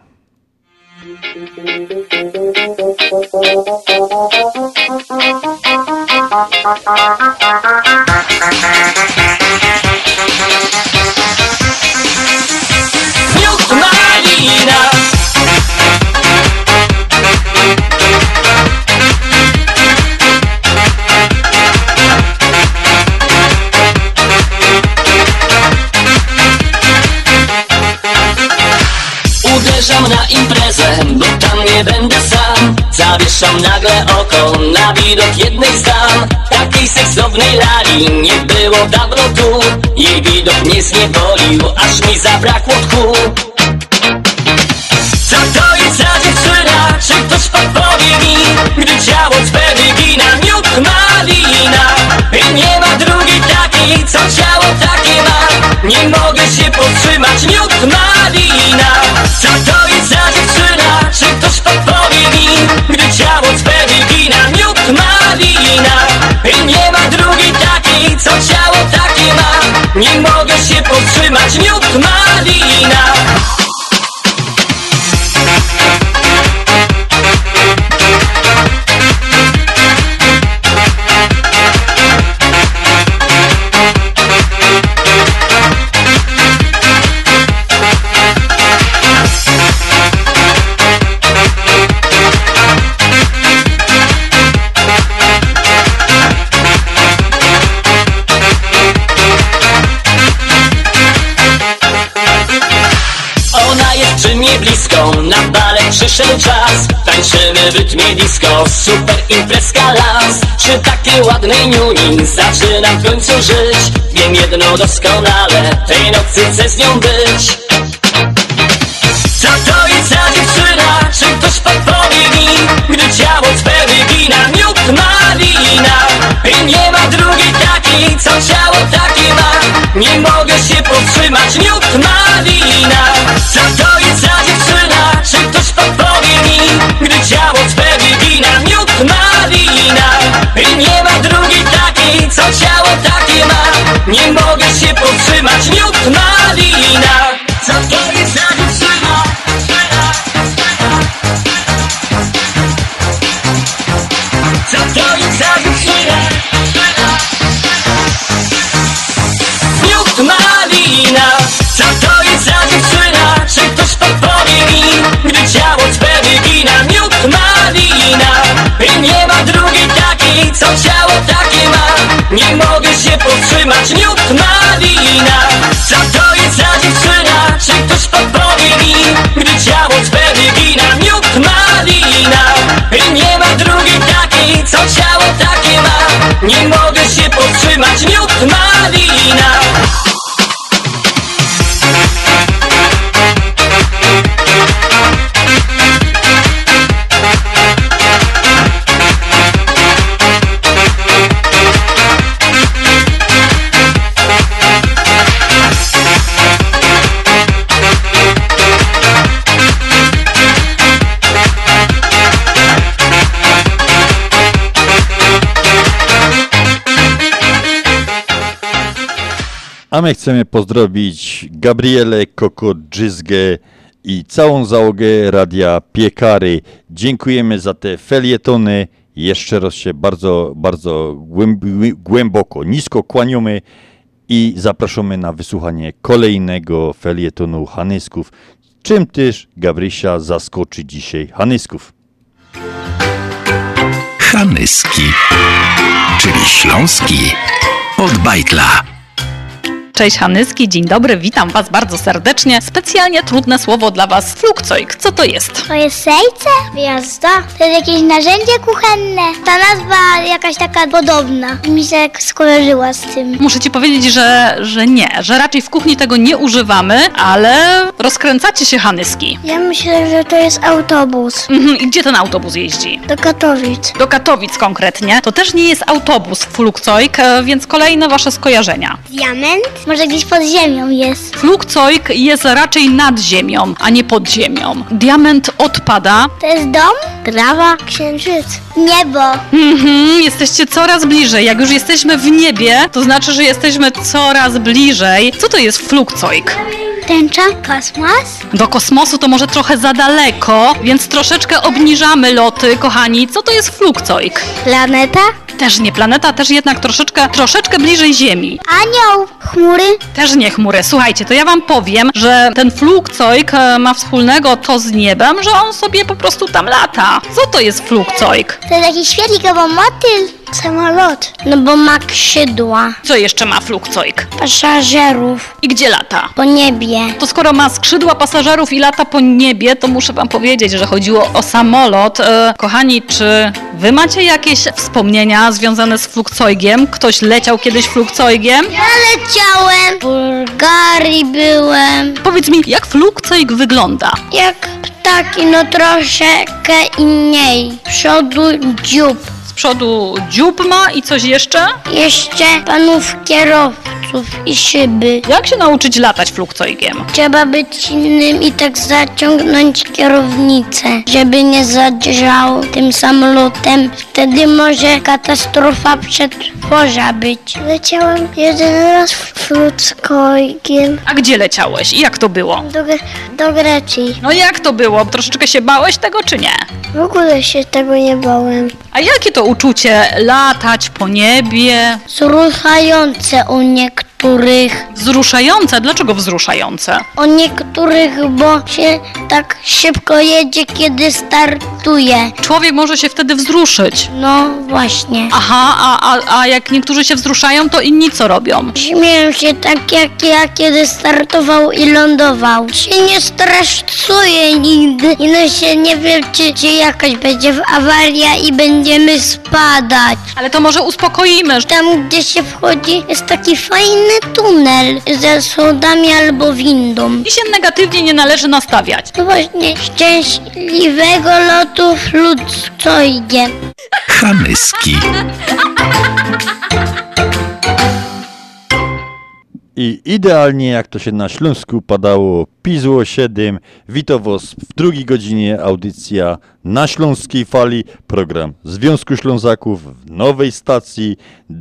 Miód malina. Uderzam na imprezę, bo tam nie będę sam. Zawieszam nagle oko na widok jednej z dam. Takiej seksownej lali nie było dawno tu. Jej widok mnie zniewolił, aż mi zabrakło tchu. Co to jest za dziewczyna? Czy ktoś podpowie mi? Gdy ciało twe wygina miód malina. I nie ma drugiej takiej, co ciało takie ma. Nie mogę się powstrzymać, miód malina. Co to jest za dziewczyna? Czy ktoś podpowie mi? Gdy ciało twe wygina miód malina. I nie ma drugiej takiej, co ciało takie ma. Nie mogę się powstrzymać, miód malina. Przy mnie blisko, na balet przyszedł czas. Tańczymy w rytmie disco, super imprezka las. Przy takiej ładnej niuni zaczynam w końcu żyć. Wiem jedno doskonale, tej nocy chcę z nią być. Co to jest za dziewczyna? Czy ktoś podpowie mi? Gdy ciało twe wygina miód malina. I nie ma drugiej takiej, co ciało takie ma. Nie mogę się powstrzymać, miód malina. Co to jest za dziewczyna? Czy ktoś podpowie mi? Gdy ciało twe wygina miód malina. I nie ma drugiej takiej, co ciało takie ma. Nie mogę się powstrzymać, miód malina. Co to jest za dziewczyna? Co to jest za dziewczyna? Miód malina. Co to jest za dziewczyna? Czy ktoś podpowie mi? Gdy ciało twe wygina miód malina. I nie ma drugiej takiej, co ciało takie ma. Nie mogę się powstrzymać, miód malina. Co to jest za dziewczyna? Czy ktoś podpowie mi? Gdy ciało twe wygina miód malina. I nie ma drugiej takiej, co ciało takie ma. Nie mogę się powstrzymać, miód malina. A my chcemy pozdrowić Gabrielę, Koko, Dżyzgę i całą załogę Radia Piekary. Dziękujemy za te felietony. Jeszcze raz się bardzo, bardzo głęboko, nisko kłaniamy i zapraszamy na wysłuchanie kolejnego felietonu Hanysków. Czym też Gabrysia zaskoczy dzisiaj Hanysków? Hanyski, czyli śląski od bajtla. Cześć Hanyski, dzień dobry, witam Was bardzo serdecznie. Specjalnie trudne słowo dla Was, flugzeug. Co to jest? To jest sejce? Gwiazda? To jest jakieś narzędzie kuchenne? Ta nazwa jakaś taka podobna. Mi się skojarzyła z tym. Muszę Ci powiedzieć, że nie, że raczej w kuchni tego nie używamy, ale rozkręcacie się Hanyski. Ja myślę, że to jest autobus. I gdzie ten autobus jeździ? Do Katowic. Do Katowic konkretnie. To też nie jest autobus flugzeug, więc kolejne Wasze skojarzenia. Diament? Może gdzieś pod ziemią jest. Flugzeug jest raczej nad ziemią, a nie pod ziemią. Diament odpada. To jest dom? Trawa? Księżyc? Niebo. Jesteście coraz bliżej. Jak już jesteśmy w niebie, to znaczy, że jesteśmy coraz bliżej. Co to jest flugzeug? Tęcza? Kosmos? Do kosmosu to może trochę za daleko, więc troszeczkę obniżamy loty, kochani. Co to jest flugzeug? Planeta? Też nie planeta, też jednak troszeczkę bliżej Ziemi. Anioł? Chmury? Też nie chmury. Słuchajcie, to ja wam powiem, że ten flugzeug ma wspólnego to z niebem, że on sobie po prostu tam lata. Co to jest flugzeug? To jest jakiś świetlik albo motyl? Samolot. No bo ma skrzydła. Co jeszcze ma flugzeug? Pasażerów. I gdzie lata? Po niebie. To skoro ma skrzydła pasażerów i lata po niebie, to muszę wam powiedzieć, że chodziło o samolot. Kochani, czy wy macie jakieś wspomnienia związane z flugzeugiem? Ktoś leciał kiedyś flugzeugiem? Ja leciałem. W Bułgarii byłem. Powiedz mi, jak flugzeug wygląda? Jak ptaki, no troszeczkę inniej. Przodu dziób. Z przodu dziób ma i coś jeszcze? Jeszcze panów kierowców i szyby. Jak się nauczyć latać flugzeugiem? Trzeba być innym i tak zaciągnąć kierownicę, żeby nie zadrżał tym samolotem. Wtedy może katastrofa przetworza być. Leciałem jeden raz flugzeugiem. A gdzie leciałeś i jak to było? Do Grecji. No jak to było? Troszeczkę się bałeś tego czy nie? W ogóle się tego nie bałem. A jakie to uczucie latać po niebie? Wzruszające u niektórych. Wzruszające? Dlaczego wzruszające? O niektórych, bo się tak szybko jedzie, kiedy startuje. Człowiek może się wtedy wzruszyć. No właśnie. Aha, a jak niektórzy się wzruszają, to inni co robią? Śmieją się tak jak ja, kiedy startował i lądował. Się nie stresuje nigdy. I no się nie wiem, czy jakaś będzie awaria i będziemy spadać. Ale to może uspokoimy. Tam, gdzie się wchodzi, jest taki fajny tunel ze schodami albo windą. I się negatywnie nie należy nastawiać. No właśnie, szczęśliwego lotu flugzeugiem. Hanyski. I idealnie, jak to się na Śląsku padało, Pizło 7, witam was w drugiej godzinie, audycja na Śląskiej Fali, program Związku Ślązaków w nowej stacji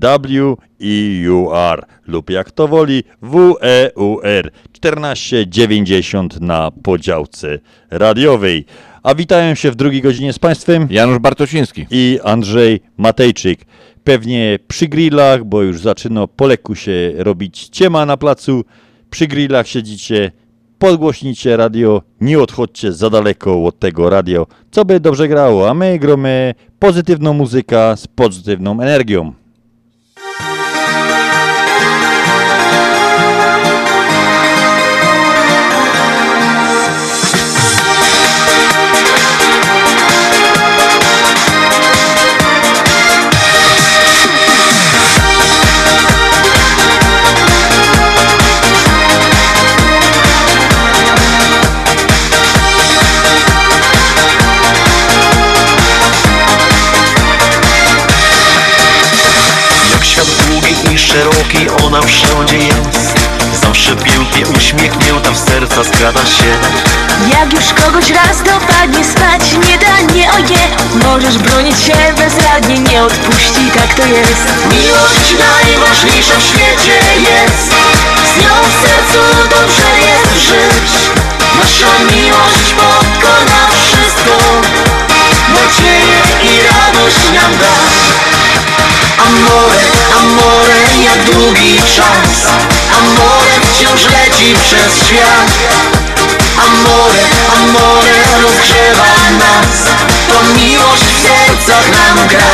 WEUR lub jak to woli WEUR 1490 na podziałce radiowej. A witają się w drugiej godzinie z Państwem Janusz Bartosiński i Andrzej Matejczyk. Pewnie przy grillach, bo już zaczyna po lekku się robić ciema na placu. Przy grillach siedzicie, podgłośnijcie radio, nie odchodźcie za daleko od tego radio, co by dobrze grało, a my gramy pozytywną muzykę z pozytywną energią. Szeroki, ona wszędzie jest. Zawsze pięknie uśmiechnie, tam w serca skrada się. Jak już kogoś raz dopadnie, spać nie da, nie oje. Możesz bronić się bezradnie, nie odpuści, tak to jest. Miłość najważniejsza w świecie jest. Z nią w sercu dobrze jest żyć. Nasza miłość pokona wszystko. Nadzieję i radość nam da. Amore, amore, jak długi czas. Amore wciąż leci przez świat. Amore, amore rozgrzewa nas. To miłość w sercach nam gra.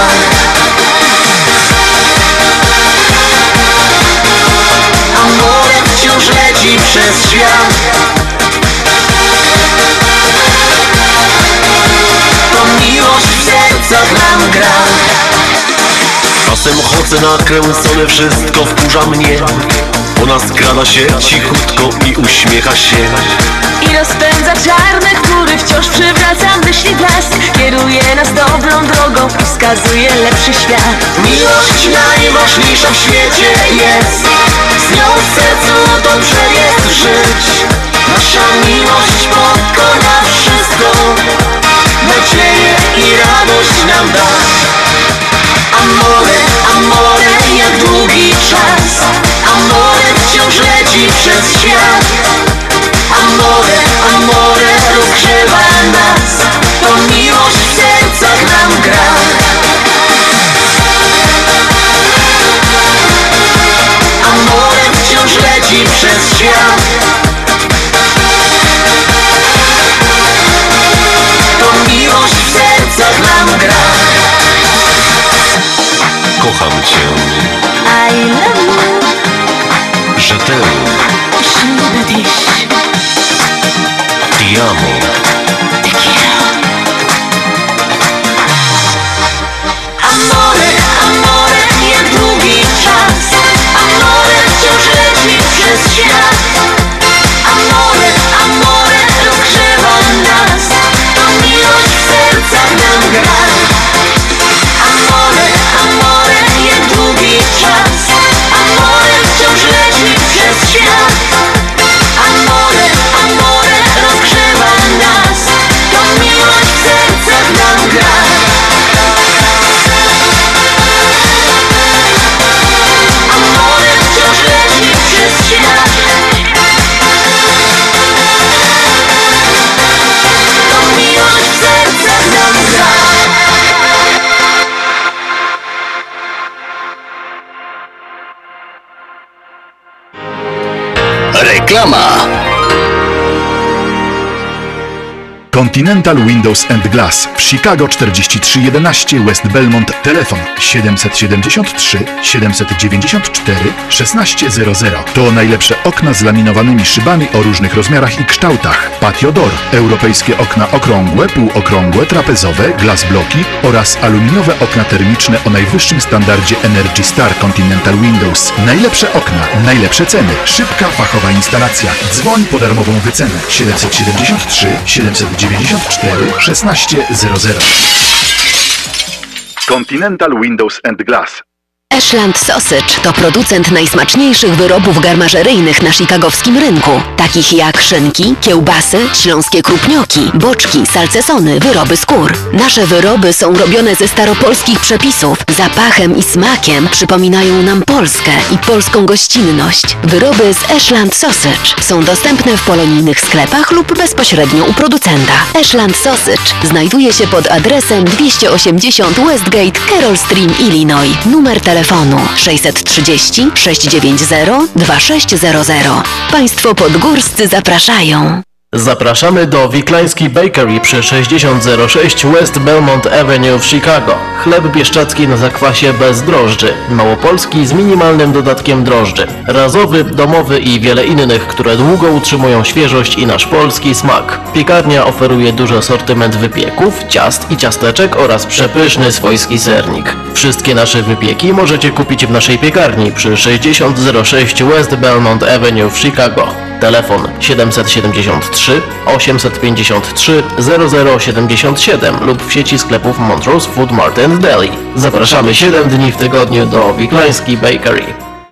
Amore wciąż leci przez świat. To miłość w sercach nam gra. Czasem chodzę nakręcone, wszystko wkurza mnie. Ona skrada się cichutko i uśmiecha się. I rozpędza czarne chmury, wciąż przywraca myśli blask. Kieruje nas dobrą drogą i wskazuje lepszy świat. Miłość najważniejsza w świecie jest. Z nią w sercu leci przez świat. Amore, amore rozgrzewa nas, to miłość w sercach nam gra. Amore wciąż leci przez świat. To miłość w sercach nam gra. Kocham cię. I love you. Rzetelnie. Ti amo. Amore, amore, niedługi czas. Amore wciąż leci przez świat. Amore, amore rozgrzewa nas, to miłość w sercach nam gra. Amore, amore, niedługi czas. Amore wciąż leci przez świat. Amore, amore rozgrzewa nas, to miłość w sercach nam gra. Amore wciąż leci przez świat. To miłość w sercach nam gra. Reklama. Continental Windows and Glass w Chicago 4311 West Belmont. Telefon 773 794 1600. To najlepsze okna z laminowanymi szybami o różnych rozmiarach i kształtach. Patio Door, europejskie okna okrągłe, półokrągłe, trapezowe, glass bloki oraz aluminiowe okna termiczne o najwyższym standardzie Energy Star Continental Windows. Najlepsze okna, najlepsze ceny, szybka, fachowa instalacja. Dzwoń po darmową wycenę 773 794 1600. Continental Windows and Glass. Ashland Sausage to producent najsmaczniejszych wyrobów garmażeryjnych na chicagowskim rynku, takich jak szynki, kiełbasy, śląskie krupnioki, boczki, salcesony, wyroby skór. Nasze wyroby są robione ze staropolskich przepisów. Zapachem i smakiem przypominają nam Polskę i polską gościnność. Wyroby z Ashland Sausage są dostępne w polonijnych sklepach lub bezpośrednio u producenta. Ashland Sausage znajduje się pod adresem 280 Westgate, Carroll Stream, Illinois. Numer telefonu 630 690 2600. Państwo podgórscy zapraszają. Zapraszamy do Wiklański Bakery przy 6006 West Belmont Avenue w Chicago. Chleb bieszczacki na zakwasie bez drożdży, małopolski z minimalnym dodatkiem drożdży, razowy, domowy i wiele innych, które długo utrzymują świeżość i nasz polski smak. Piekarnia oferuje duży asortyment wypieków, ciast i ciasteczek oraz przepyszny swojski sernik. Wszystkie nasze wypieki możecie kupić w naszej piekarni przy 6006 West Belmont Avenue w Chicago. Telefon 773 853 0077 lub w sieci sklepów Montrose Food Mart and Deli. Zapraszamy 7 dni w tygodniu do Wiklański Bakery.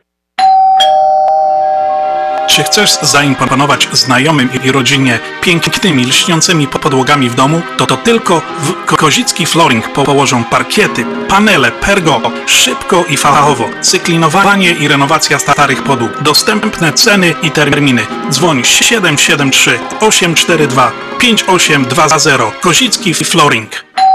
Czy chcesz zaimponować znajomym i rodzinie pięknymi, lśniącymi podłogami w domu? To tylko w Kozicki Flooring położą parkiety, panele, pergola, szybko i fachowo, cyklinowanie i renowacja starych podłóg. Dostępne ceny i terminy. Dzwoń 773 842 5820. Kozicki Flooring.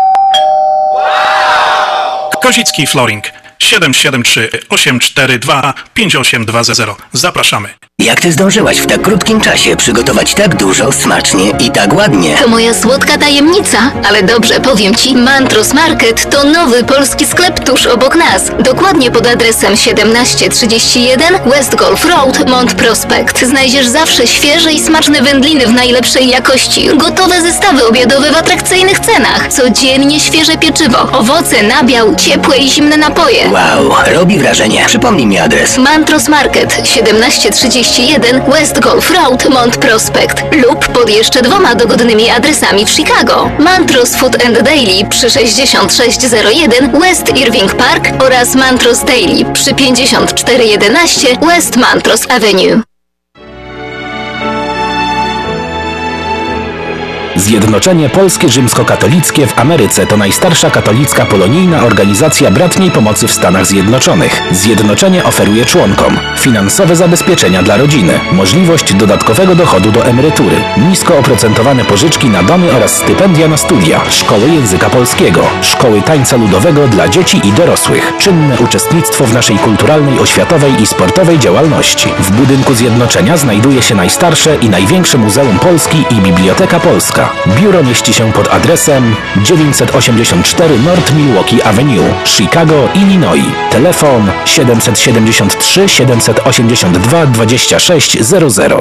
Kozicki Flooring 773 842 5820. Zapraszamy. Jak ty zdążyłaś w tak krótkim czasie przygotować tak dużo, smacznie i tak ładnie? To moja słodka tajemnica, ale dobrze, powiem ci, Mantros Market to nowy polski sklep tuż obok nas. Dokładnie pod adresem 1731 West Golf Road, Mont Prospect. Znajdziesz zawsze świeże i smaczne wędliny w najlepszej jakości, gotowe zestawy obiadowe w atrakcyjnych cenach, codziennie świeże pieczywo, owoce, nabiał, ciepłe i zimne napoje. Wow, robi wrażenie. Przypomnij mi adres. Mantros Market 1731 West Golf Road, Mont Prospect lub pod jeszcze 2 dogodnymi adresami w Chicago. Mantros Food and Daily przy 6601 West Irving Park oraz Mantros Daily przy 5411 West Mantros Avenue. Zjednoczenie Polskie Rzymskokatolickie w Ameryce to najstarsza katolicka polonijna organizacja bratniej pomocy w Stanach Zjednoczonych. Zjednoczenie oferuje członkom finansowe zabezpieczenia dla rodziny, możliwość dodatkowego dochodu do emerytury, nisko oprocentowane pożyczki na domy oraz stypendia na studia, szkoły języka polskiego, szkoły tańca ludowego dla dzieci i dorosłych, czynne uczestnictwo w naszej kulturalnej, oświatowej i sportowej działalności. W budynku Zjednoczenia znajduje się najstarsze i największe Muzeum Polski i Biblioteka Polska. Biuro mieści się pod adresem 984 North Milwaukee Avenue, Chicago, Illinois. Telefon 773 782 2600.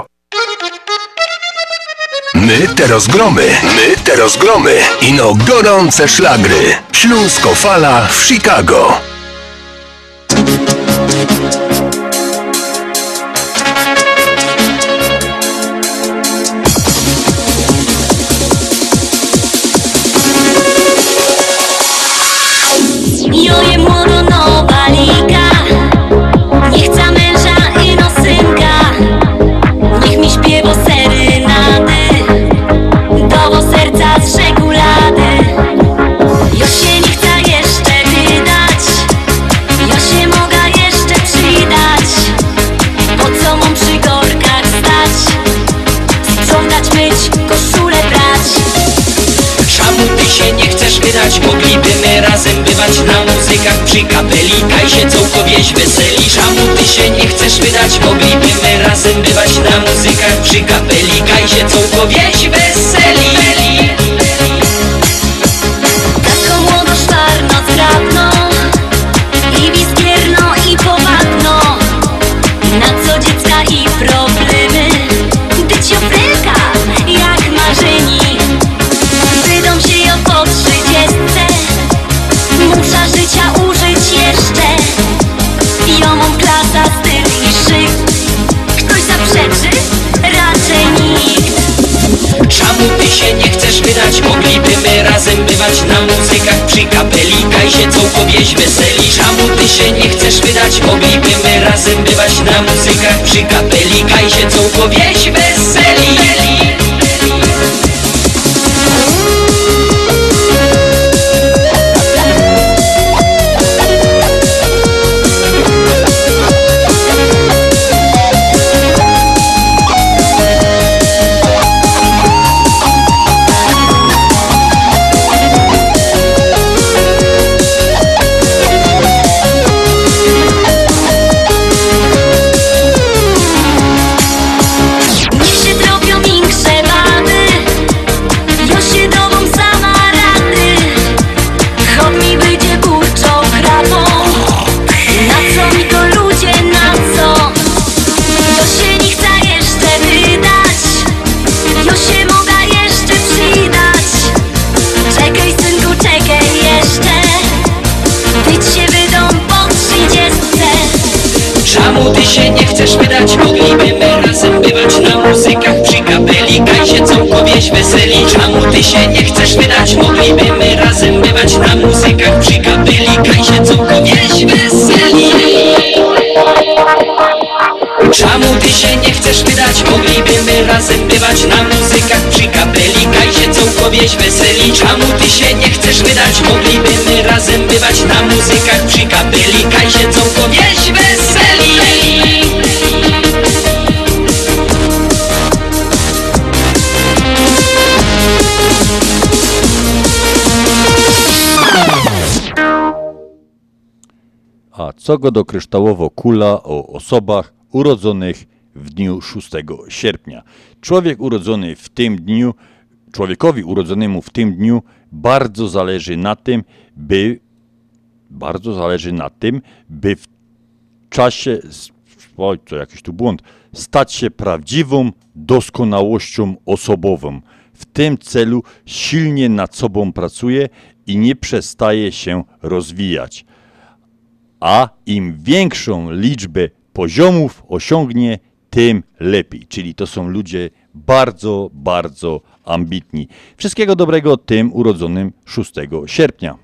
My te rozgromy, ino gorące szlagry. Śląsko Fala w Chicago. Joje młodo nowa liga, nie chce męża i no synka. Niech mi śpiewa serenady, do serca z czekolady. Jo się nie chce jeszcze wydać, jo się mogę jeszcze przydać. Po co mam przy korkach stać, sprzątać, myć, koszulę brać. Czemu ty się nie chcesz wydać? Moglibyśmy razem bywać na muzykach przy kapeli. Kaj się całkowieś weseli. Czemu ty się nie chcesz wydać? Moglibyśmy razem bywać na muzykach przy kapeli. Kaj się całkowieś weseli. Taką młodo szwarno zgrabno i wiskierno i powabno. Na co dziecka i problemy, być ofrelka jak marzeni. Wydam się ją po 30, muszę życia użyć jeszcze. Ja mam klasa, styl i szyk. Ktoś zaprzeczy? Raczej nikt. Czemu ty się nie chcesz wydać? Moglibyśmy razem bywać na muzykach przy kapeli. Kaj się całkowieś weseli. Czemu ty się nie chcesz wydać? Moglibyśmy razem bywać na muzykach przy kapeli. Kaj się całkowieś weseli. Czemu ty się nie chcesz wydać? Moglibyśmy razem bywać na muzykach przy kapeli. Kaj się całkowieś weseli. Czemu ty się nie chcesz wydać? Moglibyśmy razem bywać na muzykach przy kapeli. Kaj się całkowieś weseli. Czemu ty się nie chcesz wydać? Moglibyśmy razem bywać na muzykach przy kapeli. Kaj się całkowieś weseli. Czemu ty się nie chcesz wydać? Moglibyśmy razem bywać na muzykach przy kapeli. Kaj się całkowieś weseli. A co go do kryształowo kula o osobach urodzonych w dniu 6 sierpnia. Człowiekowi urodzonemu w tym dniu bardzo zależy na tym, by w czasie, stać się prawdziwą doskonałością osobową. W tym celu silnie nad sobą pracuje i nie przestaje się rozwijać. A im większą liczbę poziomów osiągnie, tym lepiej. Czyli to są ludzie bardzo, bardzo ambitni. Wszystkiego dobrego tym urodzonym 6 sierpnia.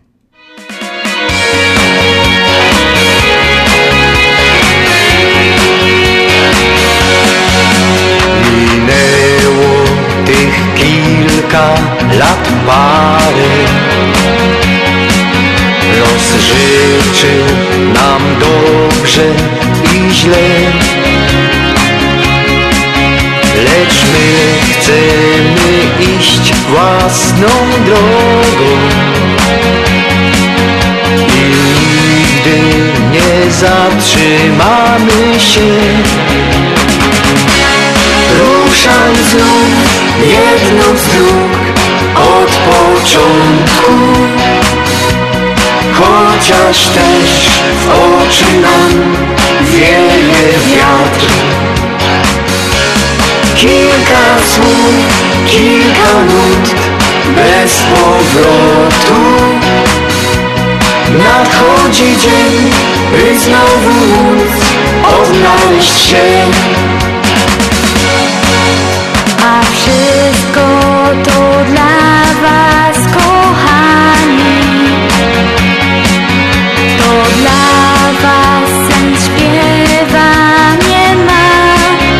Minęło tych kilka lat parę. Los życzy nam dobrze i źle, lecz my chcemy iść własną drogą i nigdy nie zatrzymamy się. Ruszam znów jedną z dróg od początku, chociaż też w oczy nam wieje wiatr. Kilka słów, kilka nut bez powrotu. Nadchodzi dzień, by znowu móc odnaleźć się. A wszystko to dla was, kochani. To dla was sens śpiewanie ma.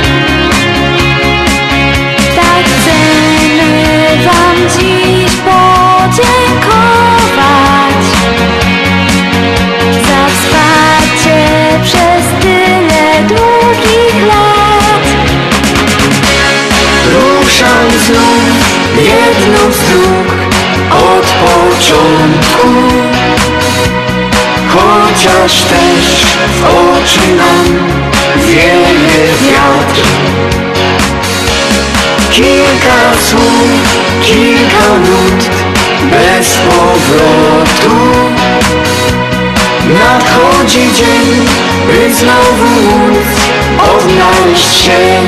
Tak chcemy wam dziś podziękować za wsparcie przez tyle długich lat. Ruszam znów jedną z dróg od początku, chociaż też w oczy nam wieje wiatr. Kilka słów, kilka nut bez powrotu. Nadchodzi dzień, by znowu móc odnaleźć się.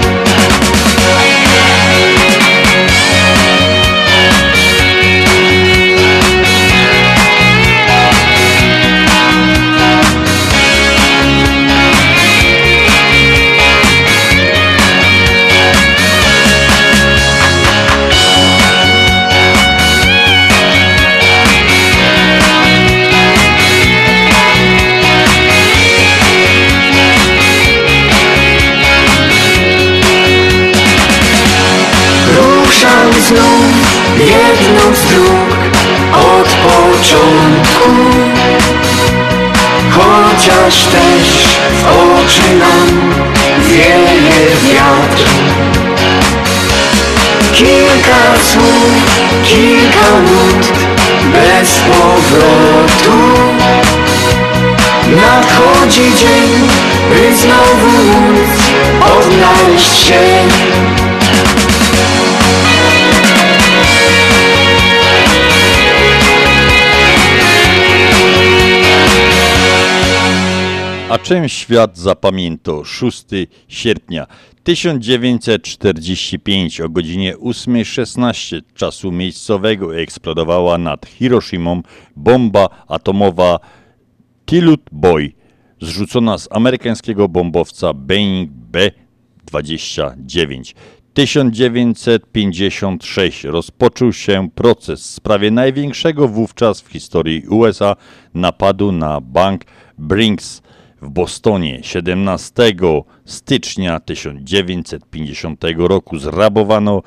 Znów jedną z dróg od początku, chociaż też w oczy nam wieje wiatr. Kilka słów, kilka nut bez powrotu. Nadchodzi dzień, by znowu móc odnaleźć się. A czym świat zapamiętał 6 sierpnia 1945 o godzinie 8:16 czasu miejscowego eksplodowała nad Hiroshimą bomba atomowa Tilut Boy, zrzucona z amerykańskiego bombowca Boeing B-29. 1956 rozpoczął się proces w sprawie największego wówczas w historii USA napadu na bank Brinks w Bostonie. 17 stycznia 1950 roku zrabowano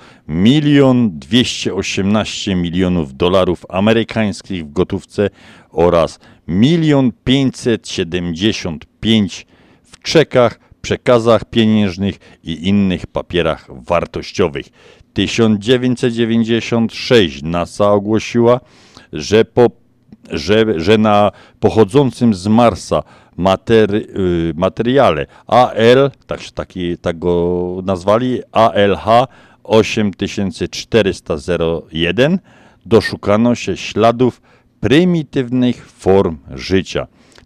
$1,218,000,000 amerykańskich w gotówce oraz $1,575,000 w czekach, przekazach pieniężnych i innych papierach wartościowych. 1996 NASA ogłosiła, że na pochodzącym z Marsa materiale tak go nazwali, ALH 8401 doszukano się śladów prymitywnych form życia.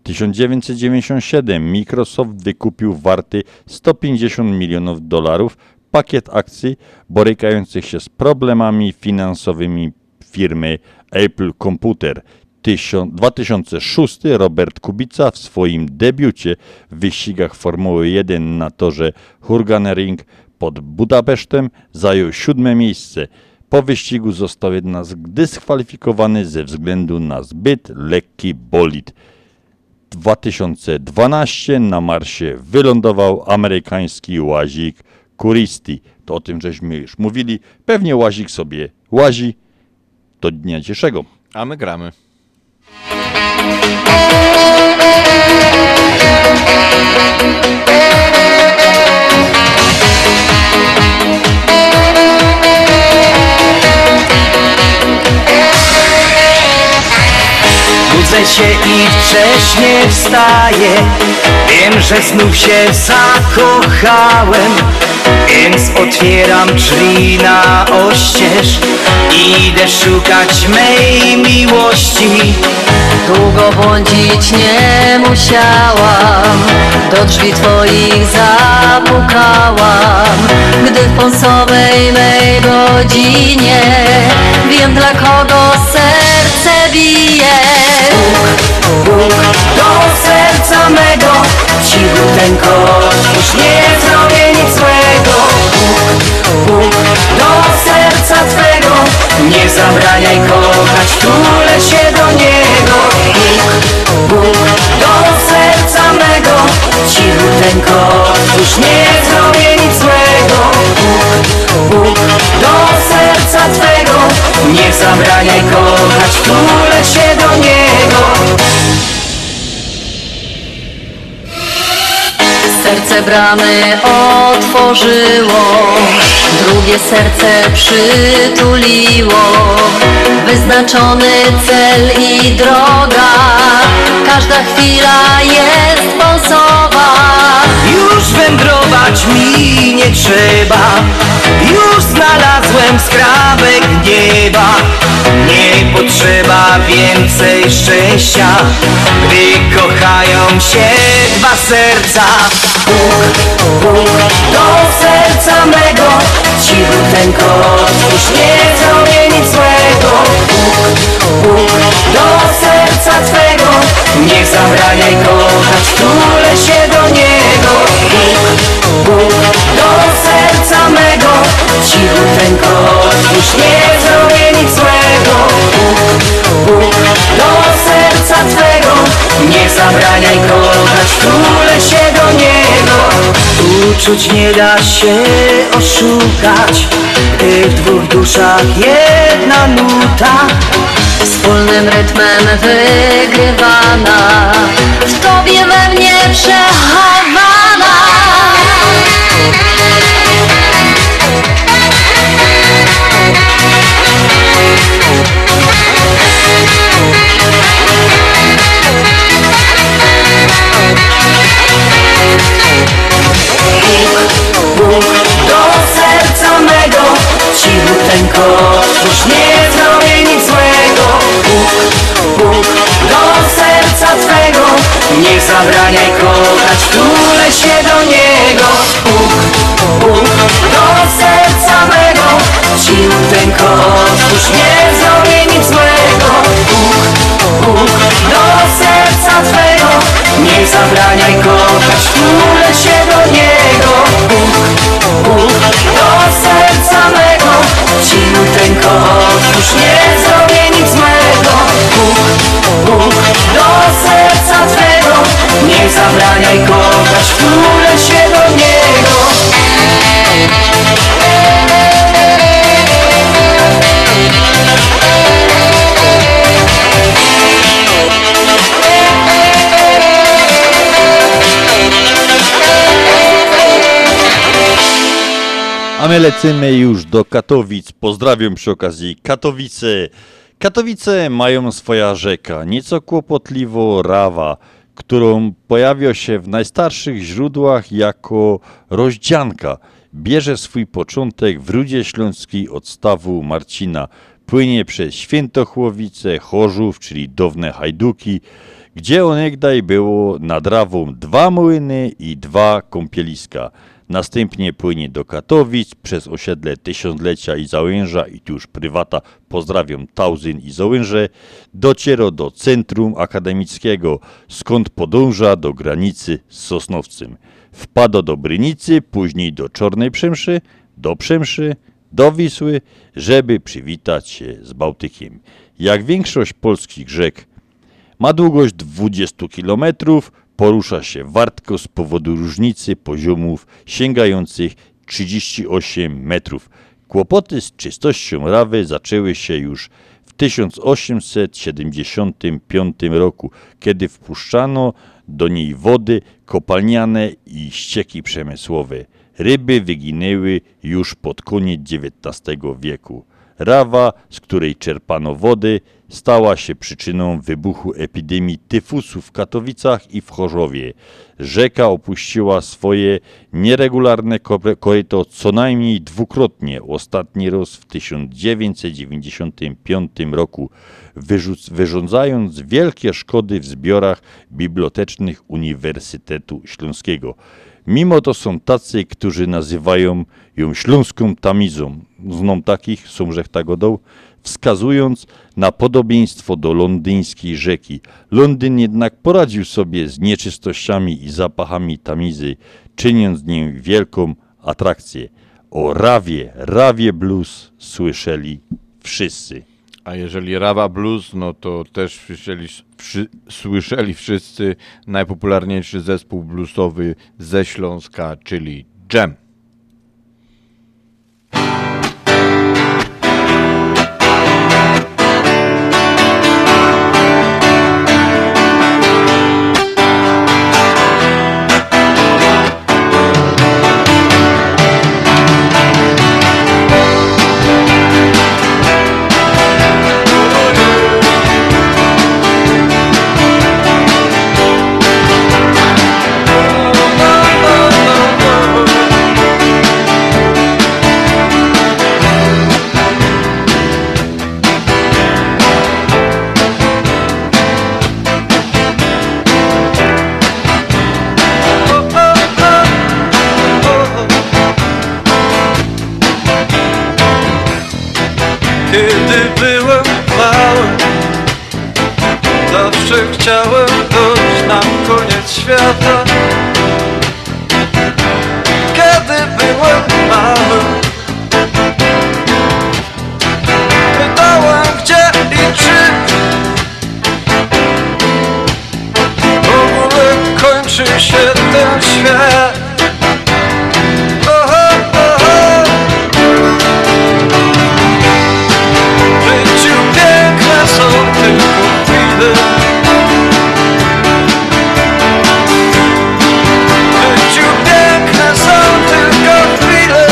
1997 Microsoft wykupił warty $150 milionów pakiet akcji borykających się z problemami finansowymi firmy Apple Computer. 2006 Robert Kubica w swoim debiucie w wyścigach Formuły 1 na torze Hurganering pod Budapesztem zajął 7. miejsce. Po wyścigu został jednak dyskwalifikowany ze względu na zbyt lekki bolid. 2012 na Marsie wylądował amerykański łazik Curiosity. To o tym żeśmy już mówili. Pewnie łazik sobie łazi Do dnia dzisiejszego. A my gramy. Budzę się i wcześnie wstaję. Wiem, że znów się zakochałem, więc otwieram drzwi na oścież. Idę szukać mej miłości. Długo błądzić nie musiałam, do drzwi twoich zapukałam. Gdy w pąsowej mej godzinie wiem, dla kogo serce bije. Puk, puk do serca mego, cichuteńko otwórz, nie zrobię nic złego. Puk, puk do serca twego, nie zabraniaj kochać, tulę się do niego. Puk, puk do serca mego, cichuteńko otwórz, nie zrobię nic złego. Puk, puk do serca twego, nie zabraniaj kochać, tulę się do niego. Serce bramy otworzyło, drugie serce przytuliło. Wyznaczony cel i droga, każda chwila jest pauzowa. Już wędrować mi nie trzeba, już znalazłem skrawek nieba. Nie potrzeba więcej szczęścia, gdy kochają się dwa serca. Puk, puk do serca mego, cichuteńko otwórz, nie zrobię nic złego. Puk, puk do serca twego, nie zabraniaj kochać, tulę się do niego. Puk, puk do serca mego, cichuteńko otwórz, nie zrobię nic złego. Puk, puk do serca twego, nie zabraniaj kochać, tulę się do niego. Uczuć nie da się oszukać, gdy w dwóch duszach jedna nuta Wspólnym rytmem wygrywana, w tobie we mnie przechowana. Puk do serca mego, cichuteńko otwórz, nie zrobię nic złego. Puk, puk do serca twego, nie zabraniaj kochać, tulę się do niego. Puk, puk do serca mego, cichuteńko otwórz, nie zrobię nic złego. Puk, puk do serca twego, nie zabraniaj kochać, tulę się do niego. Puk, puk do serca mego, cichuteńko otwórz, nie zrobię nic złego. Puk, puk do serca twego, nie zabraniaj kochać, tulę się do niego. A my lecimy już do Katowic. Pozdrawiam przy okazji Katowice. Katowice mają swoja rzeka, nieco kłopotliwo Rawa, którą pojawia się w najstarszych źródłach jako rozdzianka. Bierze swój początek w Rudzie Śląskiej od stawu Marcina. Płynie przez Świętochłowice, Chorzów, czyli dawne Hajduki, gdzie onegdaj było nad Rawą 2 młyny i 2 kąpieliska. Następnie płynie do Katowic przez osiedle Tysiąclecia i Załęża i tu już prywata, pozdrawiam Tauzyn i Załęże, dociera do centrum akademickiego, skąd podąża do granicy z Sosnowcem. Wpada do Brynicy, później do Czarnej Przemszy, do Przemszy, do Wisły, żeby przywitać się z Bałtykiem. Jak większość polskich rzek ma długość 20 km, porusza się wartko z powodu różnicy poziomów sięgających 38 metrów. Kłopoty z czystością Rawy zaczęły się już w 1875 roku, kiedy wpuszczano do niej wody kopalniane i ścieki przemysłowe. Ryby wyginęły już pod koniec XIX wieku. Rawa, z której czerpano wodę, stała się przyczyną wybuchu epidemii tyfusu w Katowicach i w Chorzowie. Rzeka opuściła swoje nieregularne koryto co najmniej dwukrotnie, ostatni raz w 1995 roku, wyrządzając wielkie szkody w zbiorach bibliotecznych Uniwersytetu Śląskiego. Mimo to są tacy, którzy nazywają ją śląską tamizą. Znam takich, są rzech tak godał, wskazując na podobieństwo do londyńskiej rzeki. Londyn jednak poradził sobie z nieczystościami i zapachami tamizy, czyniąc z niej wielką atrakcję. O Rawie Blues słyszeli wszyscy. A jeżeli Rawa Blues, no to też słyszeli wszyscy najpopularniejszy zespół bluesowy ze Śląska, czyli Jam. Kiedy byłem mały, zawsze chciałem dojść na koniec świata. Kiedy byłem mały, pytałem gdzie i czy w ogóle kończy się ten świat. Są tylko chwile, w życiu piękne są tylko chwile.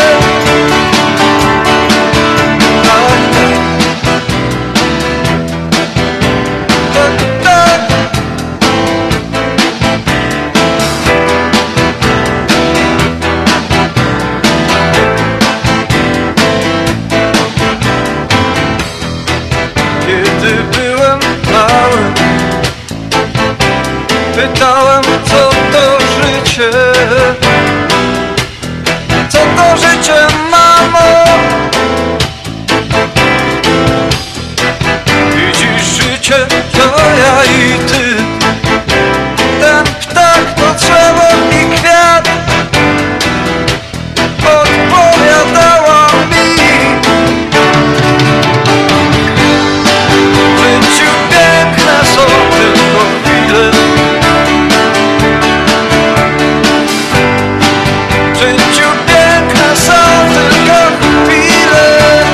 Tak, tak. Kiedy byłem mały, pytałem co to życie. Co to życie, mamo? Widzisz, życie to ja i ty. Ten ptak to drzewo i kwiat. Odpowiadała mi. W życiu piękne są tylko chwile. W życiu piękne są tylko chwile.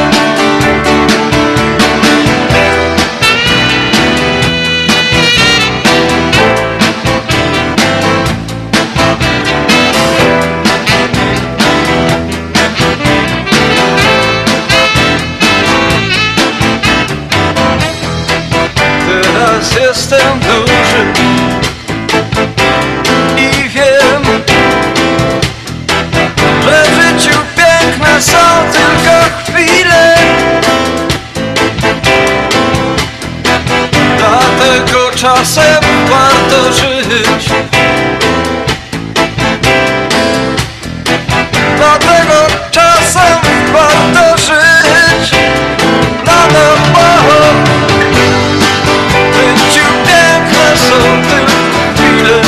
Teraz jestem duży i wiem, że w życiu piękne są tylko chwile. Dlatego czasem warto żyć. Dlatego czasem warto żyć. Na nowo. W życiu piękne są tylko chwile.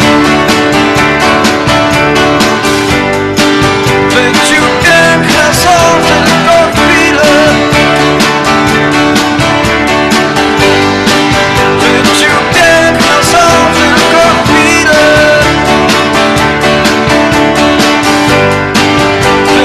W życiu piękne są tylko chwile. W życiu piękne są tylko chwile. W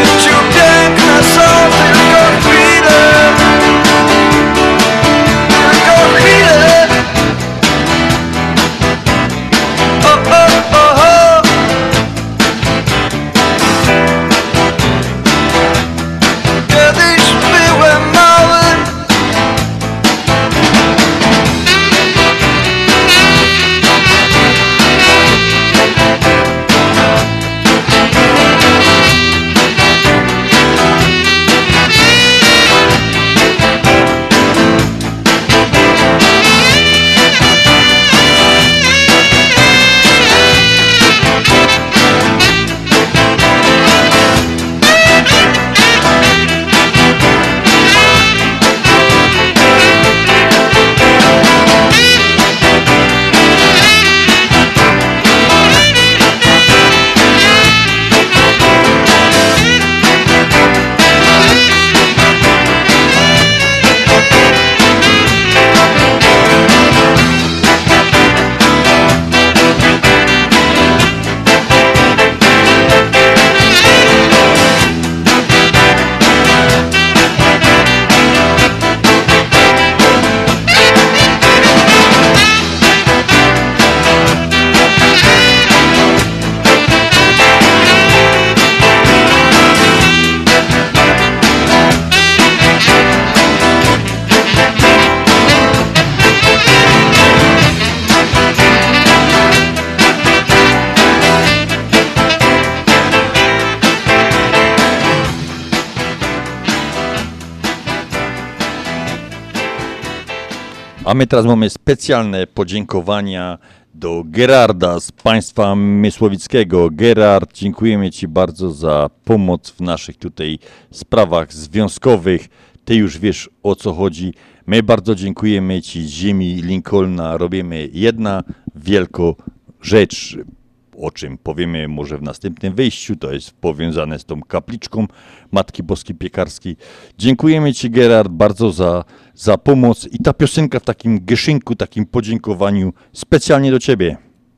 A my teraz mamy specjalne podziękowania do Gerarda z państwa Mysłowickiego. Gerard, dziękujemy Ci bardzo za pomoc w naszych tutaj sprawach związkowych. Ty już wiesz, o co chodzi. My bardzo dziękujemy Ci z ziemi Lincolna. Robimy jedna wielką rzecz, o czym powiemy może w następnym wyjściu. To jest powiązane z tą kapliczką Matki Boskiej Piekarskiej. Dziękujemy Ci, Gerard, bardzo za pomoc i ta piosenka w takim geszynku, takim podziękowaniu specjalnie do Ciebie.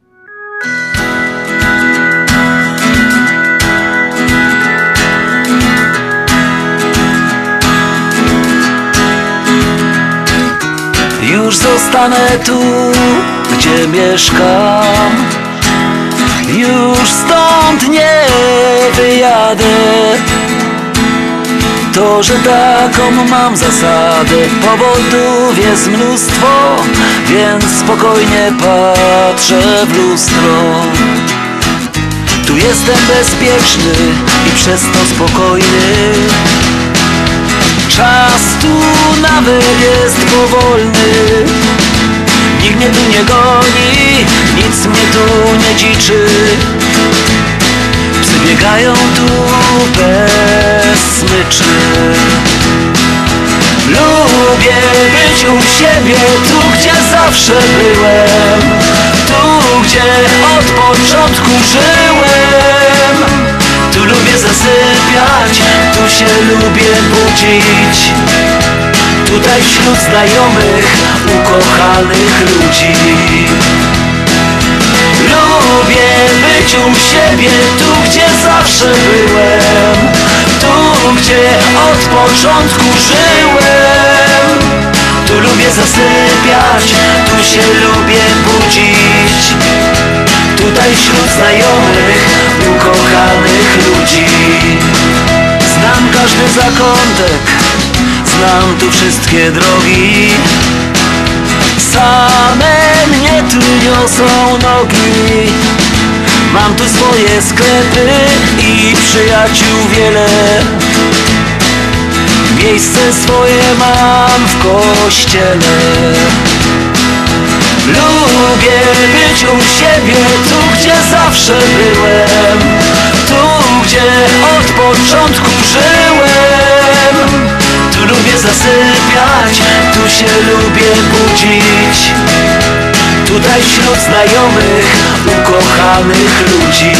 Już zostanę tu, gdzie mieszkam. Już stąd nie wyjadę. To, że taką mam zasadę, powodów jest mnóstwo, więc spokojnie patrzę w lustro. Tu jestem bezpieczny i przez to spokojny. Czas tu nawet jest powolny. Nikt mnie tu nie goni, nic mnie tu nie dziczy. Psy biegają tu bez smyczy. Lubię być u siebie, tu gdzie zawsze byłem, tu gdzie od początku żyłem. Tu lubię zasypiać, tu się lubię budzić. Tutaj wśród znajomych, ukochanych ludzi. Lubię być u siebie, tu gdzie zawsze byłem, tu gdzie od początku żyłem. Tu lubię zasypiać, tu się lubię budzić. Tutaj wśród znajomych, ukochanych ludzi. Znam każdy zakątek, znam tu wszystkie drogi. Same mnie tu niosą nogi. Mam tu swoje sklepy i przyjaciół wiele. Miejsce swoje mam w kościele. Lubię być u siebie, tu gdzie zawsze byłem, tu gdzie od początku żyłem. Tu lubię zasypiać, tu się lubię budzić. Tutaj wśród znajomych, ukochanych ludzi.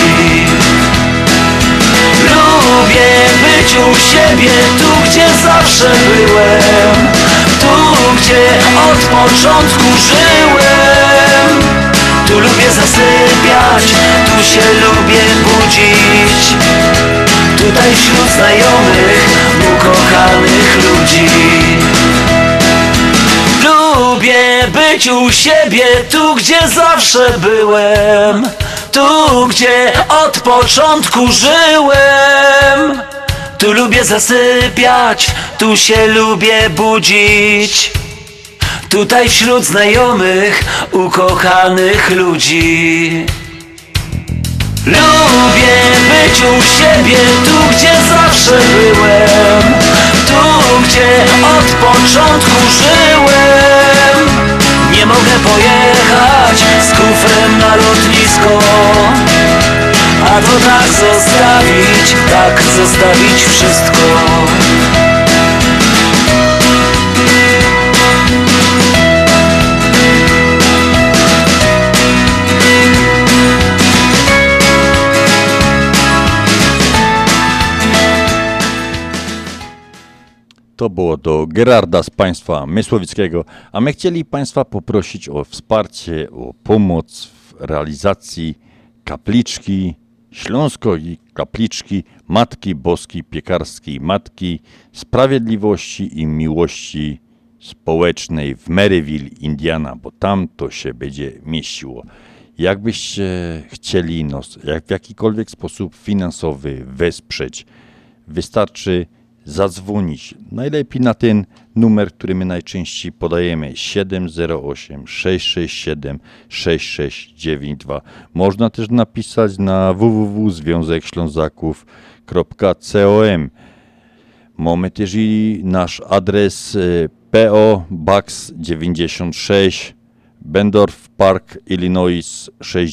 Lubię być u siebie, tu gdzie zawsze byłem, tu gdzie od początku żyłem. Tu lubię zasypiać, tu się lubię budzić. Tutaj wśród znajomych, ukochanych ludzi. Lubię być u siebie, tu gdzie zawsze byłem, tu gdzie od początku żyłem. Tu lubię zasypiać, tu się lubię budzić. Tutaj wśród znajomych, ukochanych ludzi. Lubię być u siebie, tu gdzie zawsze byłem, tu gdzie od początku żyłem. Nie mogę pojechać z kufrem na lotnisko, a to tak zostawić wszystko. To było do Gerarda z państwa Mysłowickiego, a my chcieli Państwa poprosić o wsparcie, o pomoc w realizacji kapliczki śląskiej kapliczki Matki Boskiej Piekarskiej, Matki Sprawiedliwości i Miłości Społecznej w Maryville, Indiana, bo tam to się będzie mieściło. Jakbyście chcieli w jakikolwiek sposób finansowy wesprzeć, wystarczy zadzwonić. Najlepiej na ten numer, który my najczęściej podajemy, 708 667 6692. Można też napisać na www.związekślązaków.com. Mamy też i nasz adres PO Box 96 Bendorf Park, Illinois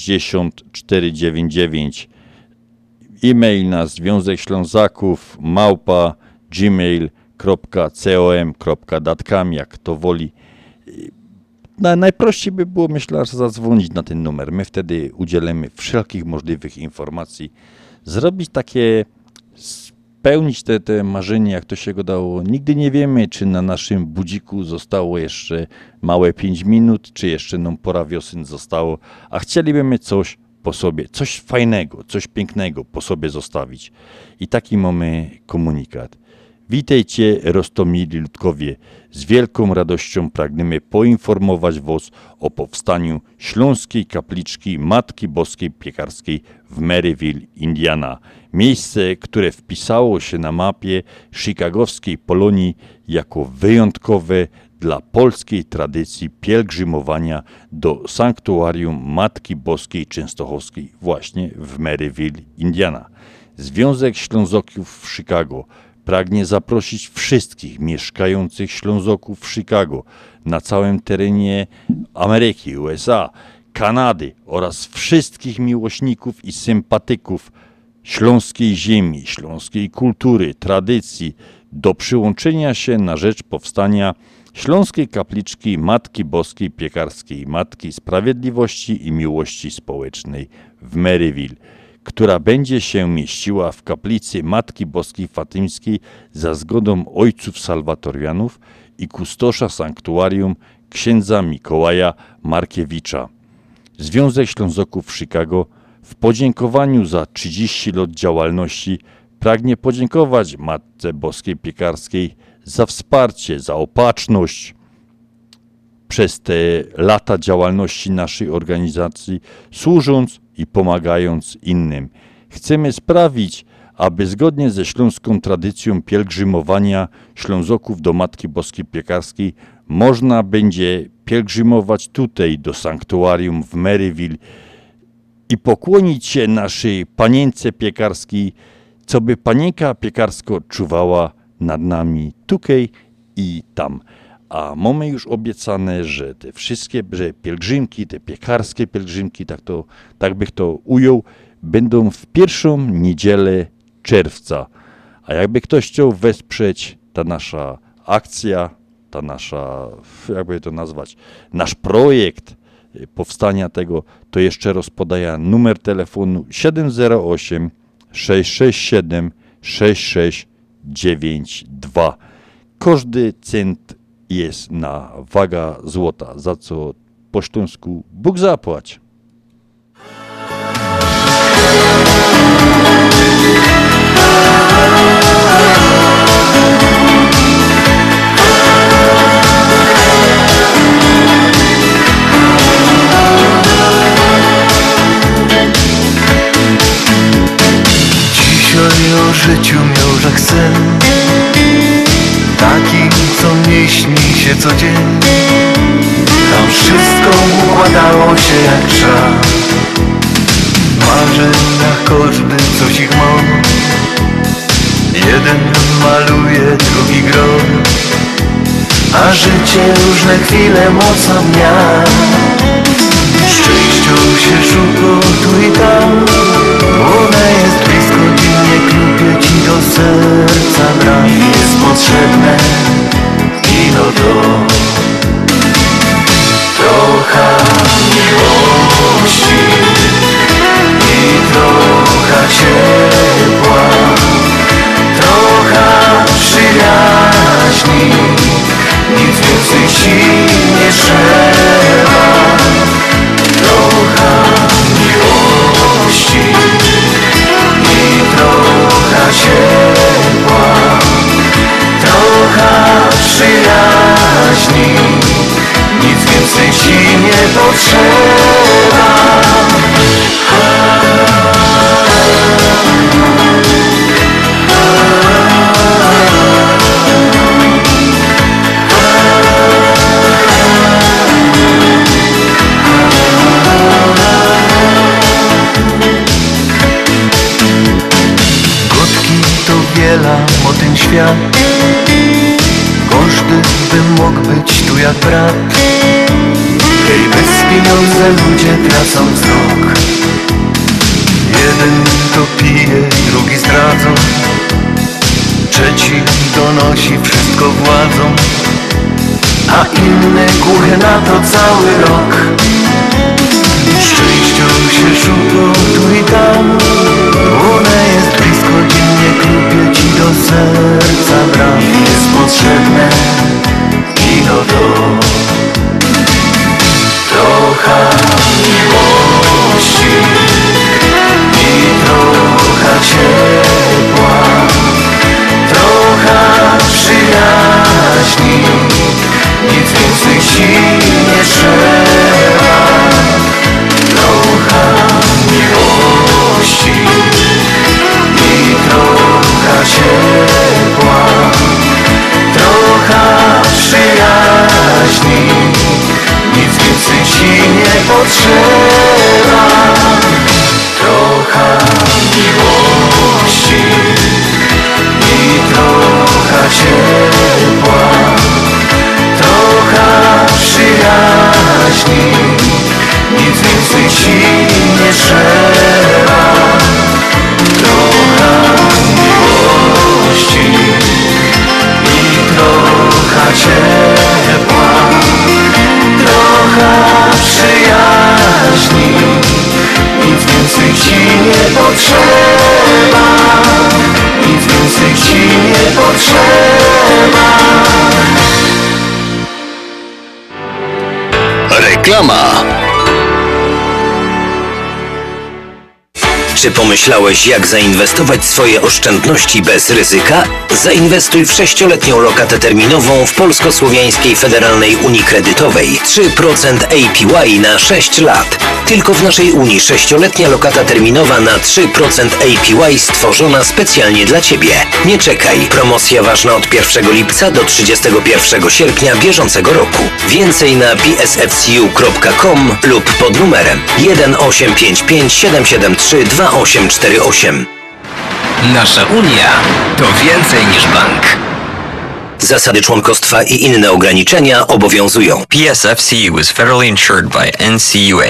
6499. E-mail na Związek Ślązaków @gmail.com, jak to woli. Najprościej by było, myślę, zadzwonić na ten numer. My wtedy udzielimy wszelkich możliwych informacji. Zrobić takie, spełnić te marzenia, jak to się go dało. Nigdy nie wiemy, czy na naszym budziku zostało jeszcze małe 5 minut, czy jeszcze nam pora wiosen zostało, a chcielibyśmy coś po sobie, coś fajnego, coś pięknego po sobie zostawić. I taki mamy komunikat. Witajcie, roztomili ludkowie. Z wielką radością pragniemy poinformować Was o powstaniu Śląskiej Kapliczki Matki Boskiej Piekarskiej w Maryville, Indiana. Miejsce, które wpisało się na mapie chicagowskiej Polonii jako wyjątkowe dla polskiej tradycji pielgrzymowania do sanktuarium Matki Boskiej Częstochowskiej właśnie w Maryville, Indiana. Związek Ślązoków w Chicago pragnie zaprosić wszystkich mieszkających Ślązoków w Chicago na całym terenie Ameryki, USA, Kanady oraz wszystkich miłośników i sympatyków śląskiej ziemi, śląskiej kultury, tradycji do przyłączenia się na rzecz powstania Śląskiej Kapliczki Matki Boskiej Piekarskiej, Matki Sprawiedliwości i Miłości Społecznej w Maryville, która będzie się mieściła w kaplicy Matki Boskiej Fatymskiej za zgodą ojców salwatorianów i kustosza sanktuarium księdza Mikołaja Markiewicza. Związek Ślązoków w Chicago w podziękowaniu za 30 lat działalności pragnie podziękować Matce Boskiej Piekarskiej za wsparcie, za opatrzność przez te lata działalności naszej organizacji, służąc i pomagając innym. Chcemy sprawić, aby zgodnie ze śląską tradycją pielgrzymowania Ślązoków do Matki Boskiej Piekarskiej można będzie pielgrzymować tutaj do sanktuarium w Maryville i pokłonić się naszej Panience Piekarskiej, co by Panienka Piekarsko czuwała nad nami tutaj i tam. A mamy już obiecane, że te wszystkie pielgrzymki, te piekarskie pielgrzymki, tak bych to ujął, będą w pierwszą niedzielę czerwca. A jakby ktoś chciał wesprzeć ta nasza akcja, ta nasza, jakby to nazwać, nasz projekt powstania tego, to jeszcze raz podaję numer telefonu 708 667 6692. Każdy cent jest na waga złota, za co po śląsku Bóg zapłać. Dzisiaj o życiu miał sen, taki, co mnie śni się co dzień. Tam wszystko układało się jak trzeba. W marzeniach każdy coś ich ma. Jeden maluje, drugi gron, a życie różne chwile mocno dnia. Szczęścią się szuka tu i tam, ona jest blisko, dziwnie klupie ci do serca brak. Jest potrzebne ino to trochę miłości i trochę ciepła, trochę przyjaźni, nic więcej ci nie trzeba. Trochę miłości i trochę ciepła, trochę przyjaźni, nic więcej ci nie potrzeba. podzielam o ten świat. Każdy by mógł być tu jak brat. Hej, bez pieniądze ludzie tracą wzrok. Jeden to pije, drugi zdradzą, trzeci donosi wszystko władzą, a inny głuche na to cały rok. Szczęściu się szuka tu i tam, one jest blisko, dziennie klupie ci do serca bram. Jest potrzebne ino to trochę miłości i trochę ciepła, trochę przyjaźni, nic więcej ci nie trzeba. Trochę miłości i trochę ciepła, trochę przyjaźni, nic więcej ci nie potrzeba. Trochę miłości i trochę ciepła, trochę przyjaźni, nic więcej ci nie trzeba. Trochę miłości i trochę ciepła, trochę przyjaźni, nic więcej ci nie potrzeba. Nic więcej ci nie potrzeba. Reklama. Czy pomyślałeś, jak zainwestować swoje oszczędności bez ryzyka? Zainwestuj w 6-letnią lokatę terminową w Polsko-Słowiańskiej Federalnej Unii Kredytowej. 3% APY na 6 lat. Tylko w naszej Unii 6-letnia lokata terminowa na 3% APY stworzona specjalnie dla Ciebie. Nie czekaj. Promocja ważna od 1 lipca do 31 sierpnia bieżącego roku. Więcej na psfcu.com lub pod numerem 1855 773 2848. Nasza Unia to więcej niż bank. Zasady członkostwa i inne ograniczenia obowiązują. PSFCU is federally insured by NCUA.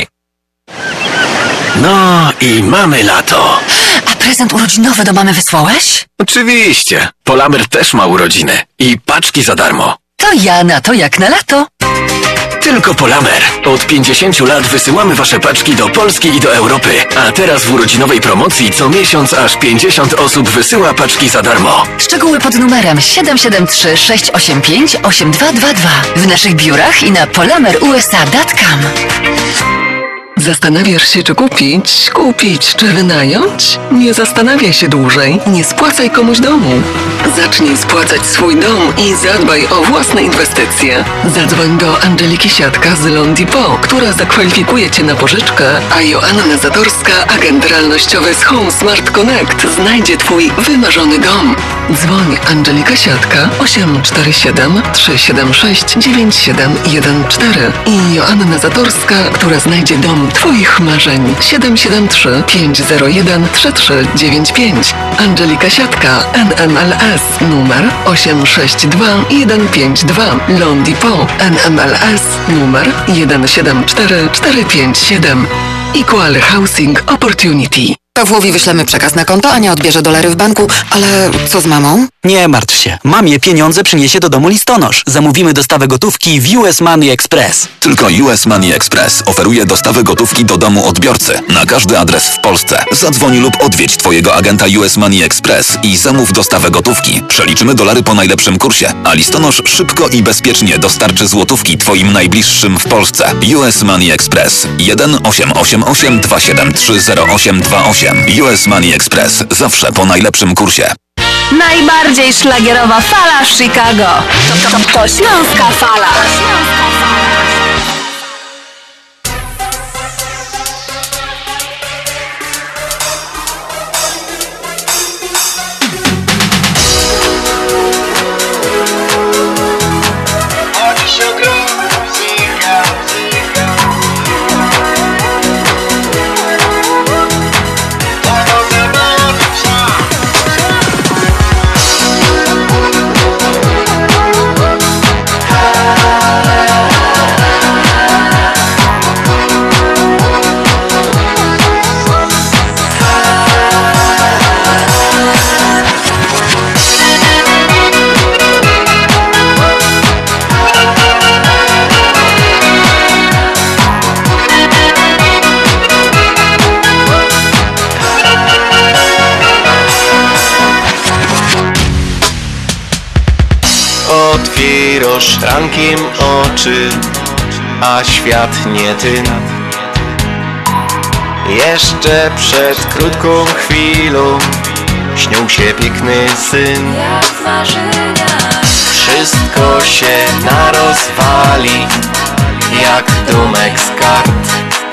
No i mamy lato. A prezent urodzinowy do mamy wysłałeś? Oczywiście. Polamer też ma urodziny. I paczki za darmo. To ja na to jak na lato. Tylko Polamer. Od 50 lat wysyłamy Wasze paczki do Polski i do Europy. A teraz w urodzinowej promocji co miesiąc aż 50 osób wysyła paczki za darmo. Szczegóły pod numerem 773 685 8222 w naszych biurach i na polamerusa.com. Zastanawiasz się, czy kupić, czy wynająć? Nie zastanawiaj się dłużej. Nie spłacaj komuś domu. Zacznij spłacać swój dom i zadbaj o własne inwestycje. Zadzwoń do Angeliki Siatka z Londipo, która zakwalifikuje Cię na pożyczkę, a Joanna Zatorska, agent realnościowy z Home Smart Connect, znajdzie Twój wymarzony dom. Dzwoń Angelika Siatka 847 376 9714 i Joanna Zatorska, która znajdzie dom Twoich marzeń 773 501 3395. Angelika Siatka NMLS numer 862152 Londipo NMLS numer 174457. Equal Housing Opportunity. Pawłowi wyślemy przekaz na konto, Ania odbierze dolary w banku, ale co z mamą? Nie martw się. Mamie pieniądze przyniesie do domu listonosz. Zamówimy dostawę gotówki w US Money Express. Tylko US Money Express oferuje dostawę gotówki do domu odbiorcy na każdy adres w Polsce. Zadzwoń lub odwiedź Twojego agenta US Money Express i zamów dostawę gotówki. Przeliczymy dolary po najlepszym kursie, a listonosz szybko i bezpiecznie dostarczy złotówki Twoim najbliższym w Polsce. US Money Express 1888 273 0828. US Money Express. Zawsze po najlepszym kursie. Najbardziej szlagierowa fala w Chicago. To Śląska Fala. otwierasz rankiem oczy, a świat nie ty. Jeszcze przed krótką chwilą śnił się piękny syn. Wszystko się narozwali jak domek z kart,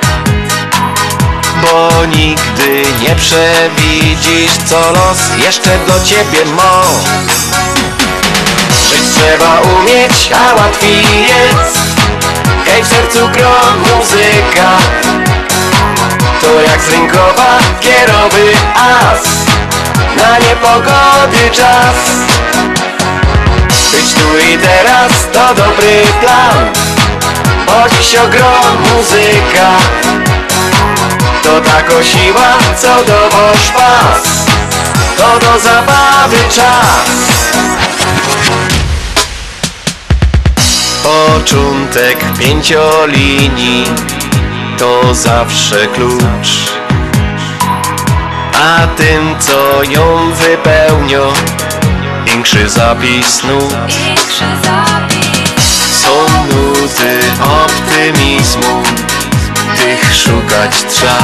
bo nigdy nie przewidzisz, co los jeszcze do ciebie ma. Żyć trzeba umieć, a łatwiej jest, hej w sercu grom muzyka. To jak z rynkowa kierowy as, na niepogody czas. Być tu i teraz to dobry plan, bo dziś ogrom muzyka. To tako siła, co dowoż pas, to do zabawy czas. Początek 5 linii to zawsze klucz, a tym, co ją wypełnia, większy zapis nut. Są nuty optymizmu, tych szukać trzeba.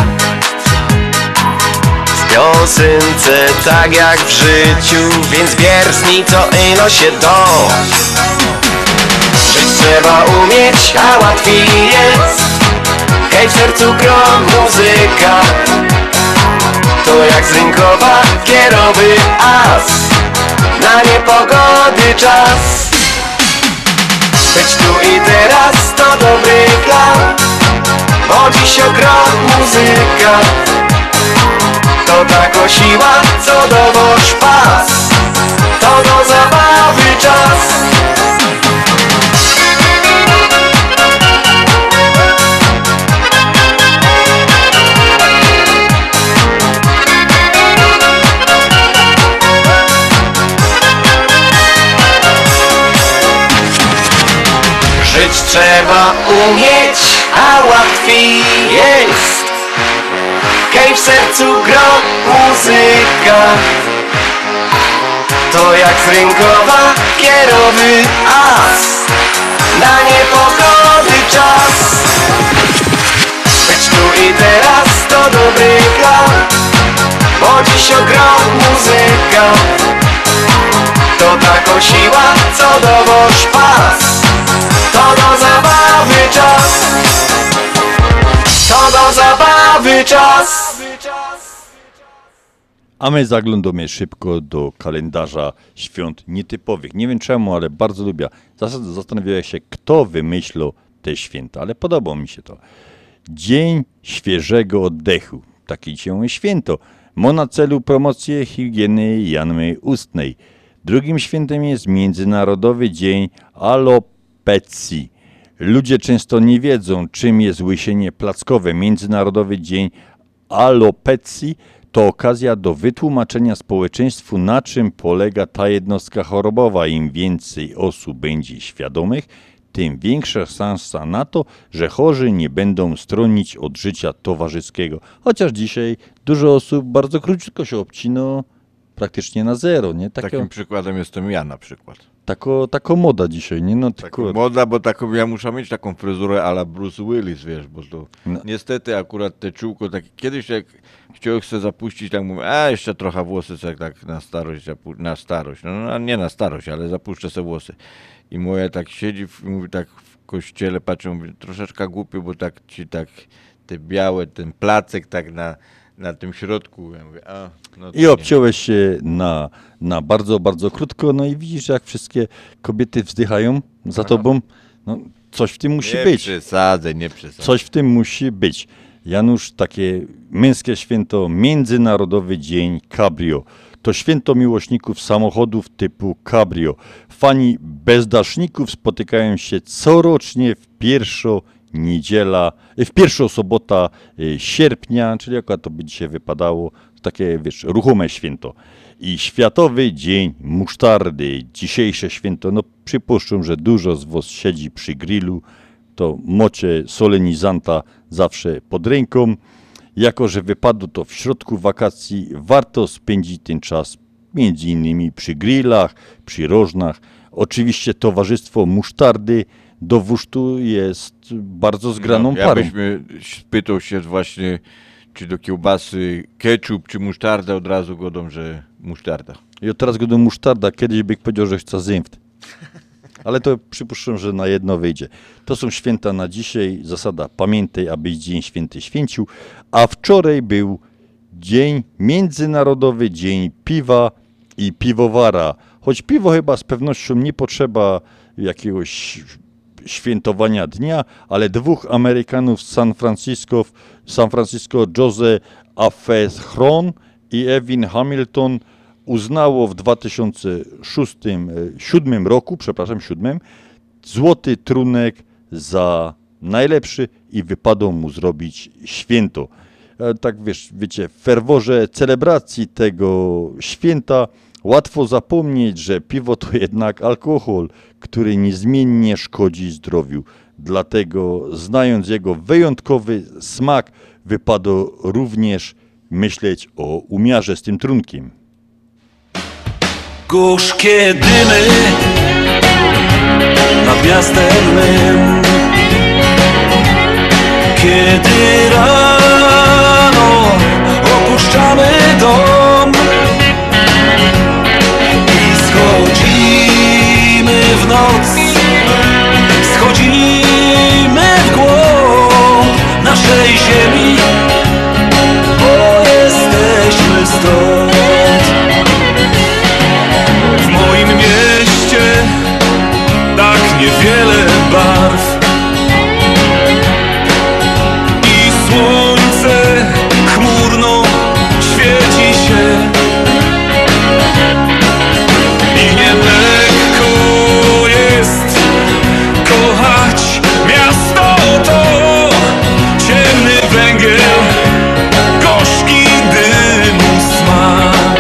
W piosence tak jak w życiu, więc wiersni co ino się do. Żyć trzeba umieć, a łatwiej jest, hej w sercu grom muzyka. To jak z rynkowa kierowy as, na niepogody czas. Być tu i teraz to dobry plan, bo dziś ogrom muzyka. To tako siła, co dowoż pas, to do zabawy czas. Żyć trzeba umieć, a łatwiej jest, hej w sercu grom muzyka. To jak z rynkowa kierowy as, na niepogody czas. Być tu i teraz to dobry plan, bo dziś ogrom muzyka. To tako siła, co dowoż pas, to do zabawy czas, to do zabawy czas. A my zaglądamy szybko do kalendarza świąt nietypowych. Nie wiem czemu, ale bardzo lubię. Zastanawiałem się, kto wymyślił te święta, ale podoba mi się to. Dzień świeżego oddechu. Takie dzisiaj święto. Ma na celu promocję higieny jamy ustnej. Drugim świętem jest Międzynarodowy Dzień Alopecji. Ludzie często nie wiedzą, czym jest łysienie plackowe. Międzynarodowy Dzień Alopecji to okazja do wytłumaczenia społeczeństwu, na czym polega ta jednostka chorobowa. Im więcej osób będzie świadomych, tym większa szansa na to, że chorzy nie będą stronić od życia towarzyskiego. Chociaż dzisiaj dużo osób bardzo króciutko się obcina, praktycznie na zero. Nie? Takim przykładem jestem ja na przykład. Taka moda dzisiaj, nie? No, tylko... Moda, bo ja muszę mieć taką fryzurę a la Bruce Willis, wiesz, bo to niestety akurat te czółko, tak, kiedyś jak człowiek chce zapuścić, tak mówię, jeszcze trochę włosy tak na starość, no nie na starość, ale zapuszczę sobie włosy. I moja tak siedzi, mówi tak w kościele, patrzę, mówi, troszeczkę głupio, bo tak ci tak te białe, ten placek tak na tym środku. Ja mówię, no i obciąłeś się na bardzo, bardzo krótko, no i widzisz, jak wszystkie kobiety wzdychają za tobą. No, coś w tym musi być. Nie przesadzę. Coś w tym musi być. Janusz, takie męskie święto, Międzynarodowy Dzień Cabrio. To święto miłośników samochodów typu Cabrio. Fani bezdaszników spotykają się corocznie w pierwszą sobotę sierpnia, czyli akurat to by dzisiaj wypadało, takie wiesz, ruchome święto. I Światowy Dzień Musztardy. Dzisiejsze święto, no przypuszczam, że dużo z was siedzi przy grillu, to mocie solenizanta zawsze pod ręką. Jako że wypadło to w środku wakacji, warto spędzić ten czas między innymi przy grillach, przy rożnach. Oczywiście towarzystwo musztardy do wusztu jest bardzo zgraną parą. Ja byśmy spytał się właśnie, czy do kiełbasy ketchup, czy musztarda, od razu godą, że musztarda. I od teraz godą musztarda, kiedyś byk powiedział, że chce zymft. Ale to przypuszczam, że na jedno wyjdzie. To są święta na dzisiaj. Zasada pamiętaj, abyś Dzień Święty święcił. A wczoraj był Międzynarodowy Dzień Piwa i Piwowara. Choć piwo chyba z pewnością nie potrzeba jakiegoś świętowania dnia, ale dwóch Amerykanów z San Francisco, Jose Afethron i Evan Hamilton, uznało w 2007 roku złoty trunek za najlepszy i wypadło mu zrobić święto. Tak wiecie, w ferworze celebracji tego święta łatwo zapomnieć, że piwo to jednak alkohol, który niezmiennie szkodzi zdrowiu. Dlatego, znając jego wyjątkowy smak, wypada również myśleć o umiarze z tym trunkiem. Gorzkie dymy nad miastem mym, kiedy rano opuszczamy dom i schodzimy w noc, schodzimy w głąb naszej ziemi, bo jesteśmy stąd. W moim mieście tak niewiele barw i słońce chmurno świeci się i nielekko jest kochać miasto to. Ciemny węgiel, gorzki dymu smak,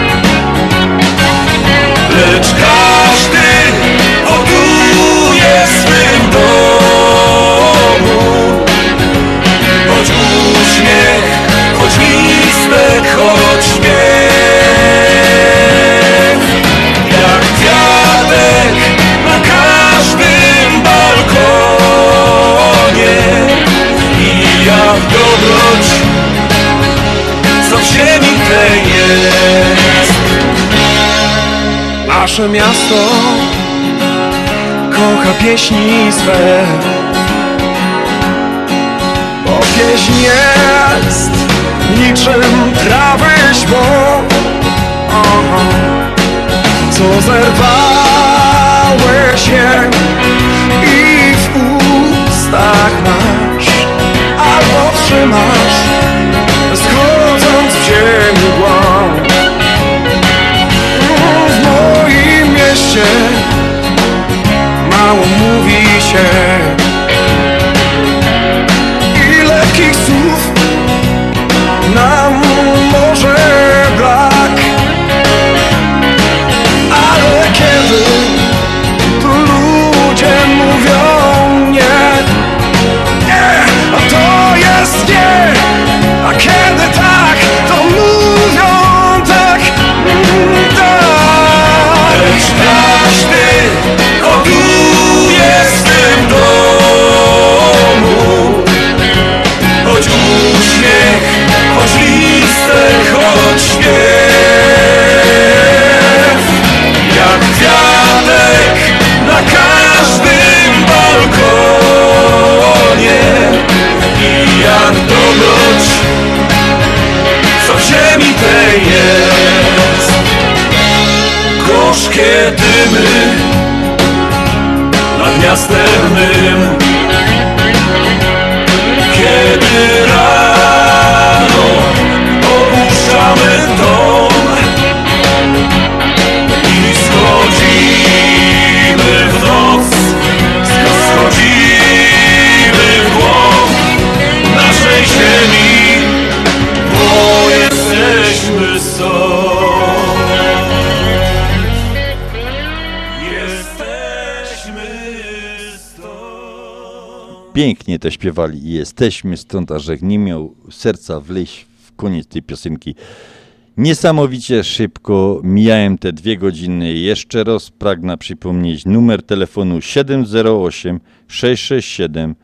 lecz każdy hoduje swym domu. Choć uśmiech, choć listek, choć śpiew, jak kwiatek na każdym balkonie i jak dobroć, co w ziemi tej jest. Nasze miasto kocha pieśni swe, bo pieśń jest niczym trawy śpą, co zerwałeś je i w ustach masz, albo trzymasz, schodząc w ziemi głąb. W moim mieście mało mówi się i lekkich słów nam może brak, ale kiedy tu ludzie mówią nie, nie, a to jest nie, a kiedy tak, to mówią tak, tak. Lecz każdy hoduje swym domu, choć uśmiech, choć listek, choć śpiew, jak kwiatek na każdym balkonie i jak dobroć, co w ziemi tej jest. Gorzkie dymy nad miastem mym, kiedy rano opuszczamy dom i schodzimy w noc, schodzimy w głąb naszej ziemi, bo jesteśmy stąd. Pięknie to śpiewali i jesteśmy stąd, a że nie miał serca wleźć w koniec tej piosenki. Niesamowicie szybko mijają te 2 godziny. Jeszcze raz pragnę przypomnieć numer telefonu 708 667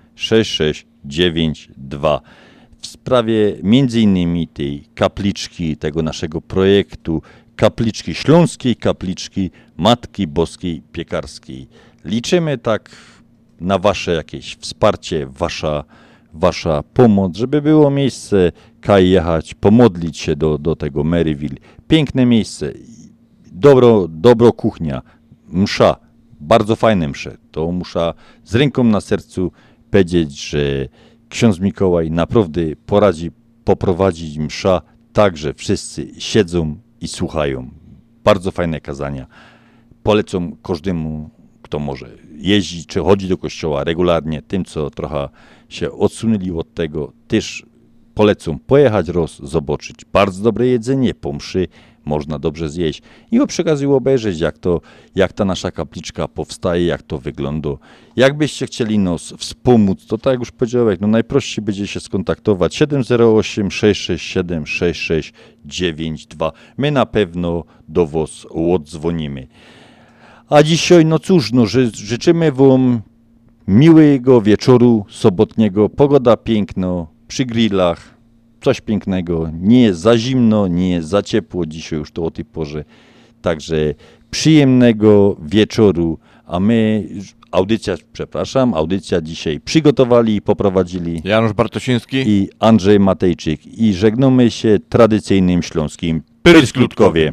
6692 w sprawie m.in. tej kapliczki, tego naszego projektu, kapliczki śląskiej, kapliczki Matki Boskiej Piekarskiej. Liczymy tak na wasze jakieś wsparcie, wasza pomoc, żeby było miejsce jechać, pomodlić się do tego Maryville. Piękne miejsce, dobro kuchnia, msza, bardzo fajne msze. To muszę z ręką na sercu powiedzieć, że ksiądz Mikołaj naprawdę poprowadzić msza tak, że wszyscy siedzą i słuchają. Bardzo fajne kazania. Polecam każdemu, kto może jeździć czy chodzi do kościoła regularnie, tym co trochę się odsunęli od tego, też polecam pojechać zobaczyć. Bardzo dobre jedzenie, po mszy można dobrze zjeść i przy okazji obejrzeć, jak ta nasza kapliczka powstaje, jak to wygląda. Jakbyście chcieli nas wspomóc, to tak jak już powiedziałem, najprościej będzie się skontaktować 708 667 6692. My na pewno do was odzwonimy. A dzisiaj, cóż, życzymy wam miłego wieczoru sobotniego, pogoda piękna, przy grillach, coś pięknego, nie jest za zimno, nie jest za ciepło, dzisiaj już to o tej porze, także przyjemnego wieczoru, a my, audycja dzisiaj przygotowali i poprowadzili Janusz Bartosiński i Andrzej Matejczyk i żegnamy się tradycyjnym śląskim Pyrskutkowie.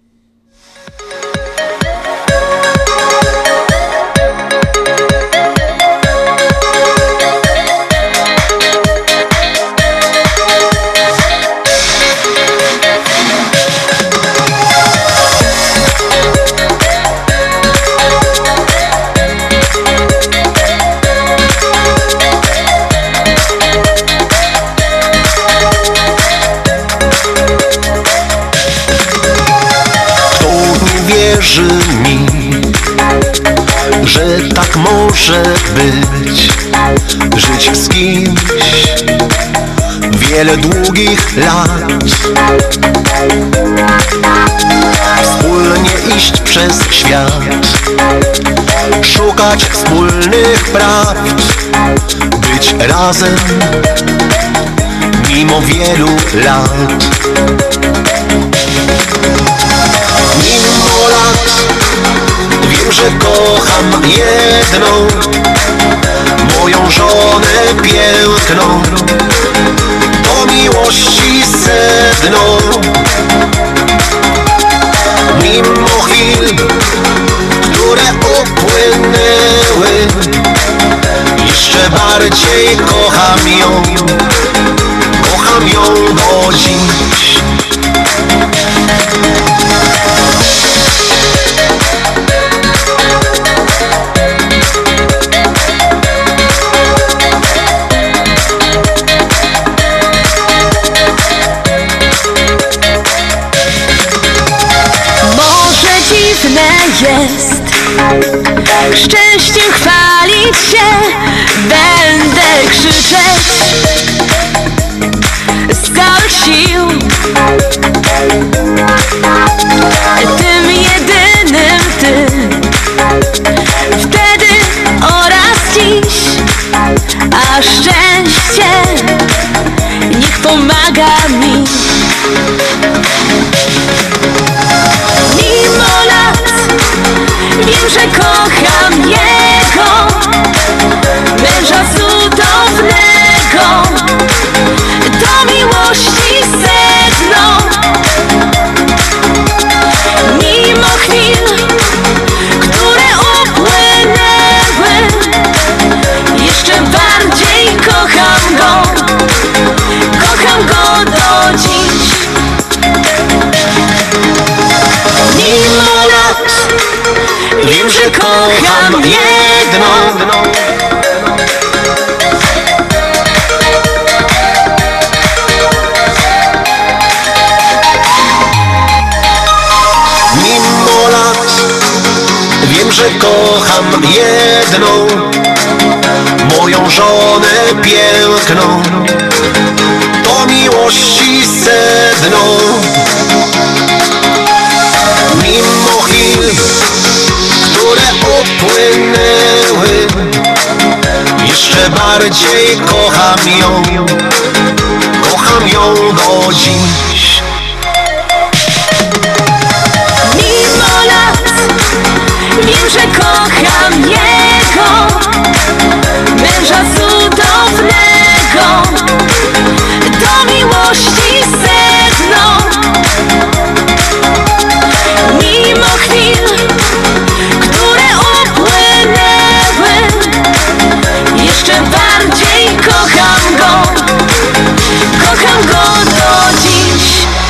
Wierzy mi, że tak może być, żyć z kimś wiele długich lat, wspólnie iść przez świat, szukać wspólnych prawd, być razem mimo wielu lat. Mimo lat wiem, że kocham jedną, moją żonę piękną, do miłości sedno. Mimo chwil, które upłynęły, jeszcze bardziej kocham ją do dziś. Jest szczęściem chwalić się, będę krzyczeć z całych sił, tym jedynym ty, wtedy oraz dziś, a szczęście niech pomaga mi. Mimo lat wiem, że kocham jego, męża cudownego, do miłości sedno. Mimo chwil, które upłynęły, jeszcze bardziej kocham go do dziś. Mimo lat wiem, że kocham jedną, mimo lat wiem, że kocham jedną, moją żonę piękną, do miłości sedno. jeszcze bardziej kocham ją do dziś. Mimo lat wiem, że kocham jego, męża cudownego, do miłości sedno. Mimo chwil, które upłynęły, jeszcze bardziej kocham go do dziś.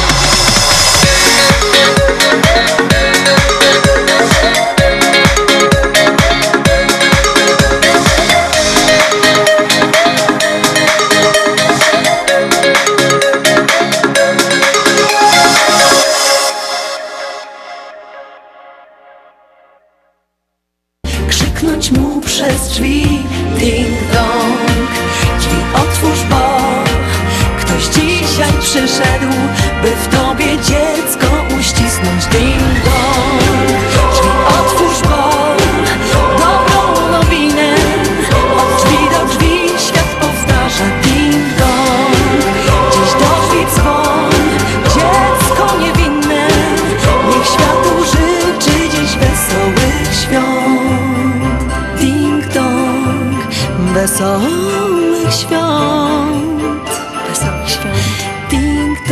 Krzyknąć mu przez drzwi, ding dong, drzwi otwórz, bo ktoś dzisiaj przyszedł, by w tobie dziecko uścisnąć, ding dong, drzwi otwórz, bo dobrą nowinę od drzwi do drzwi świat powtarza, ding dong, dziś do drzwi dzwoń, dziecko niewinne, niech światu życzy dziś wesołych świąt, ding dong, wesołych świąt, ding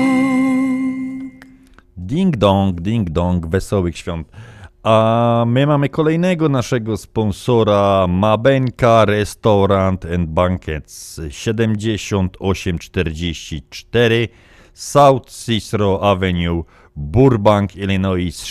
dong. Ding dong, wesołych świąt. A my mamy kolejnego naszego sponsora, Mabenka Restaurant and Banquets, 7844 South Cicero Avenue, Burbank, Illinois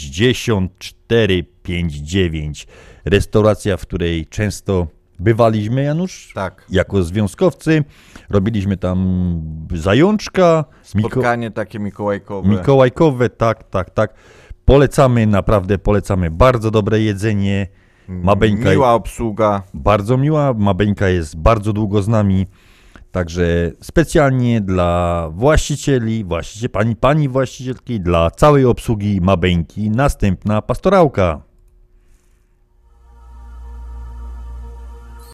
6459. Restauracja, w której często bywaliśmy, Janusz? Tak. Jako związkowcy. Robiliśmy tam zajączka. Spotkanie takie mikołajkowe. Mikołajkowe, tak. Polecamy, naprawdę polecamy. Bardzo dobre jedzenie. Mabeńka, miła obsługa. Bardzo miła. Mabeńka jest bardzo długo z nami. Także specjalnie dla właścicieli, pani właścicielki, dla całej obsługi Mabeńki, następna pastorałka.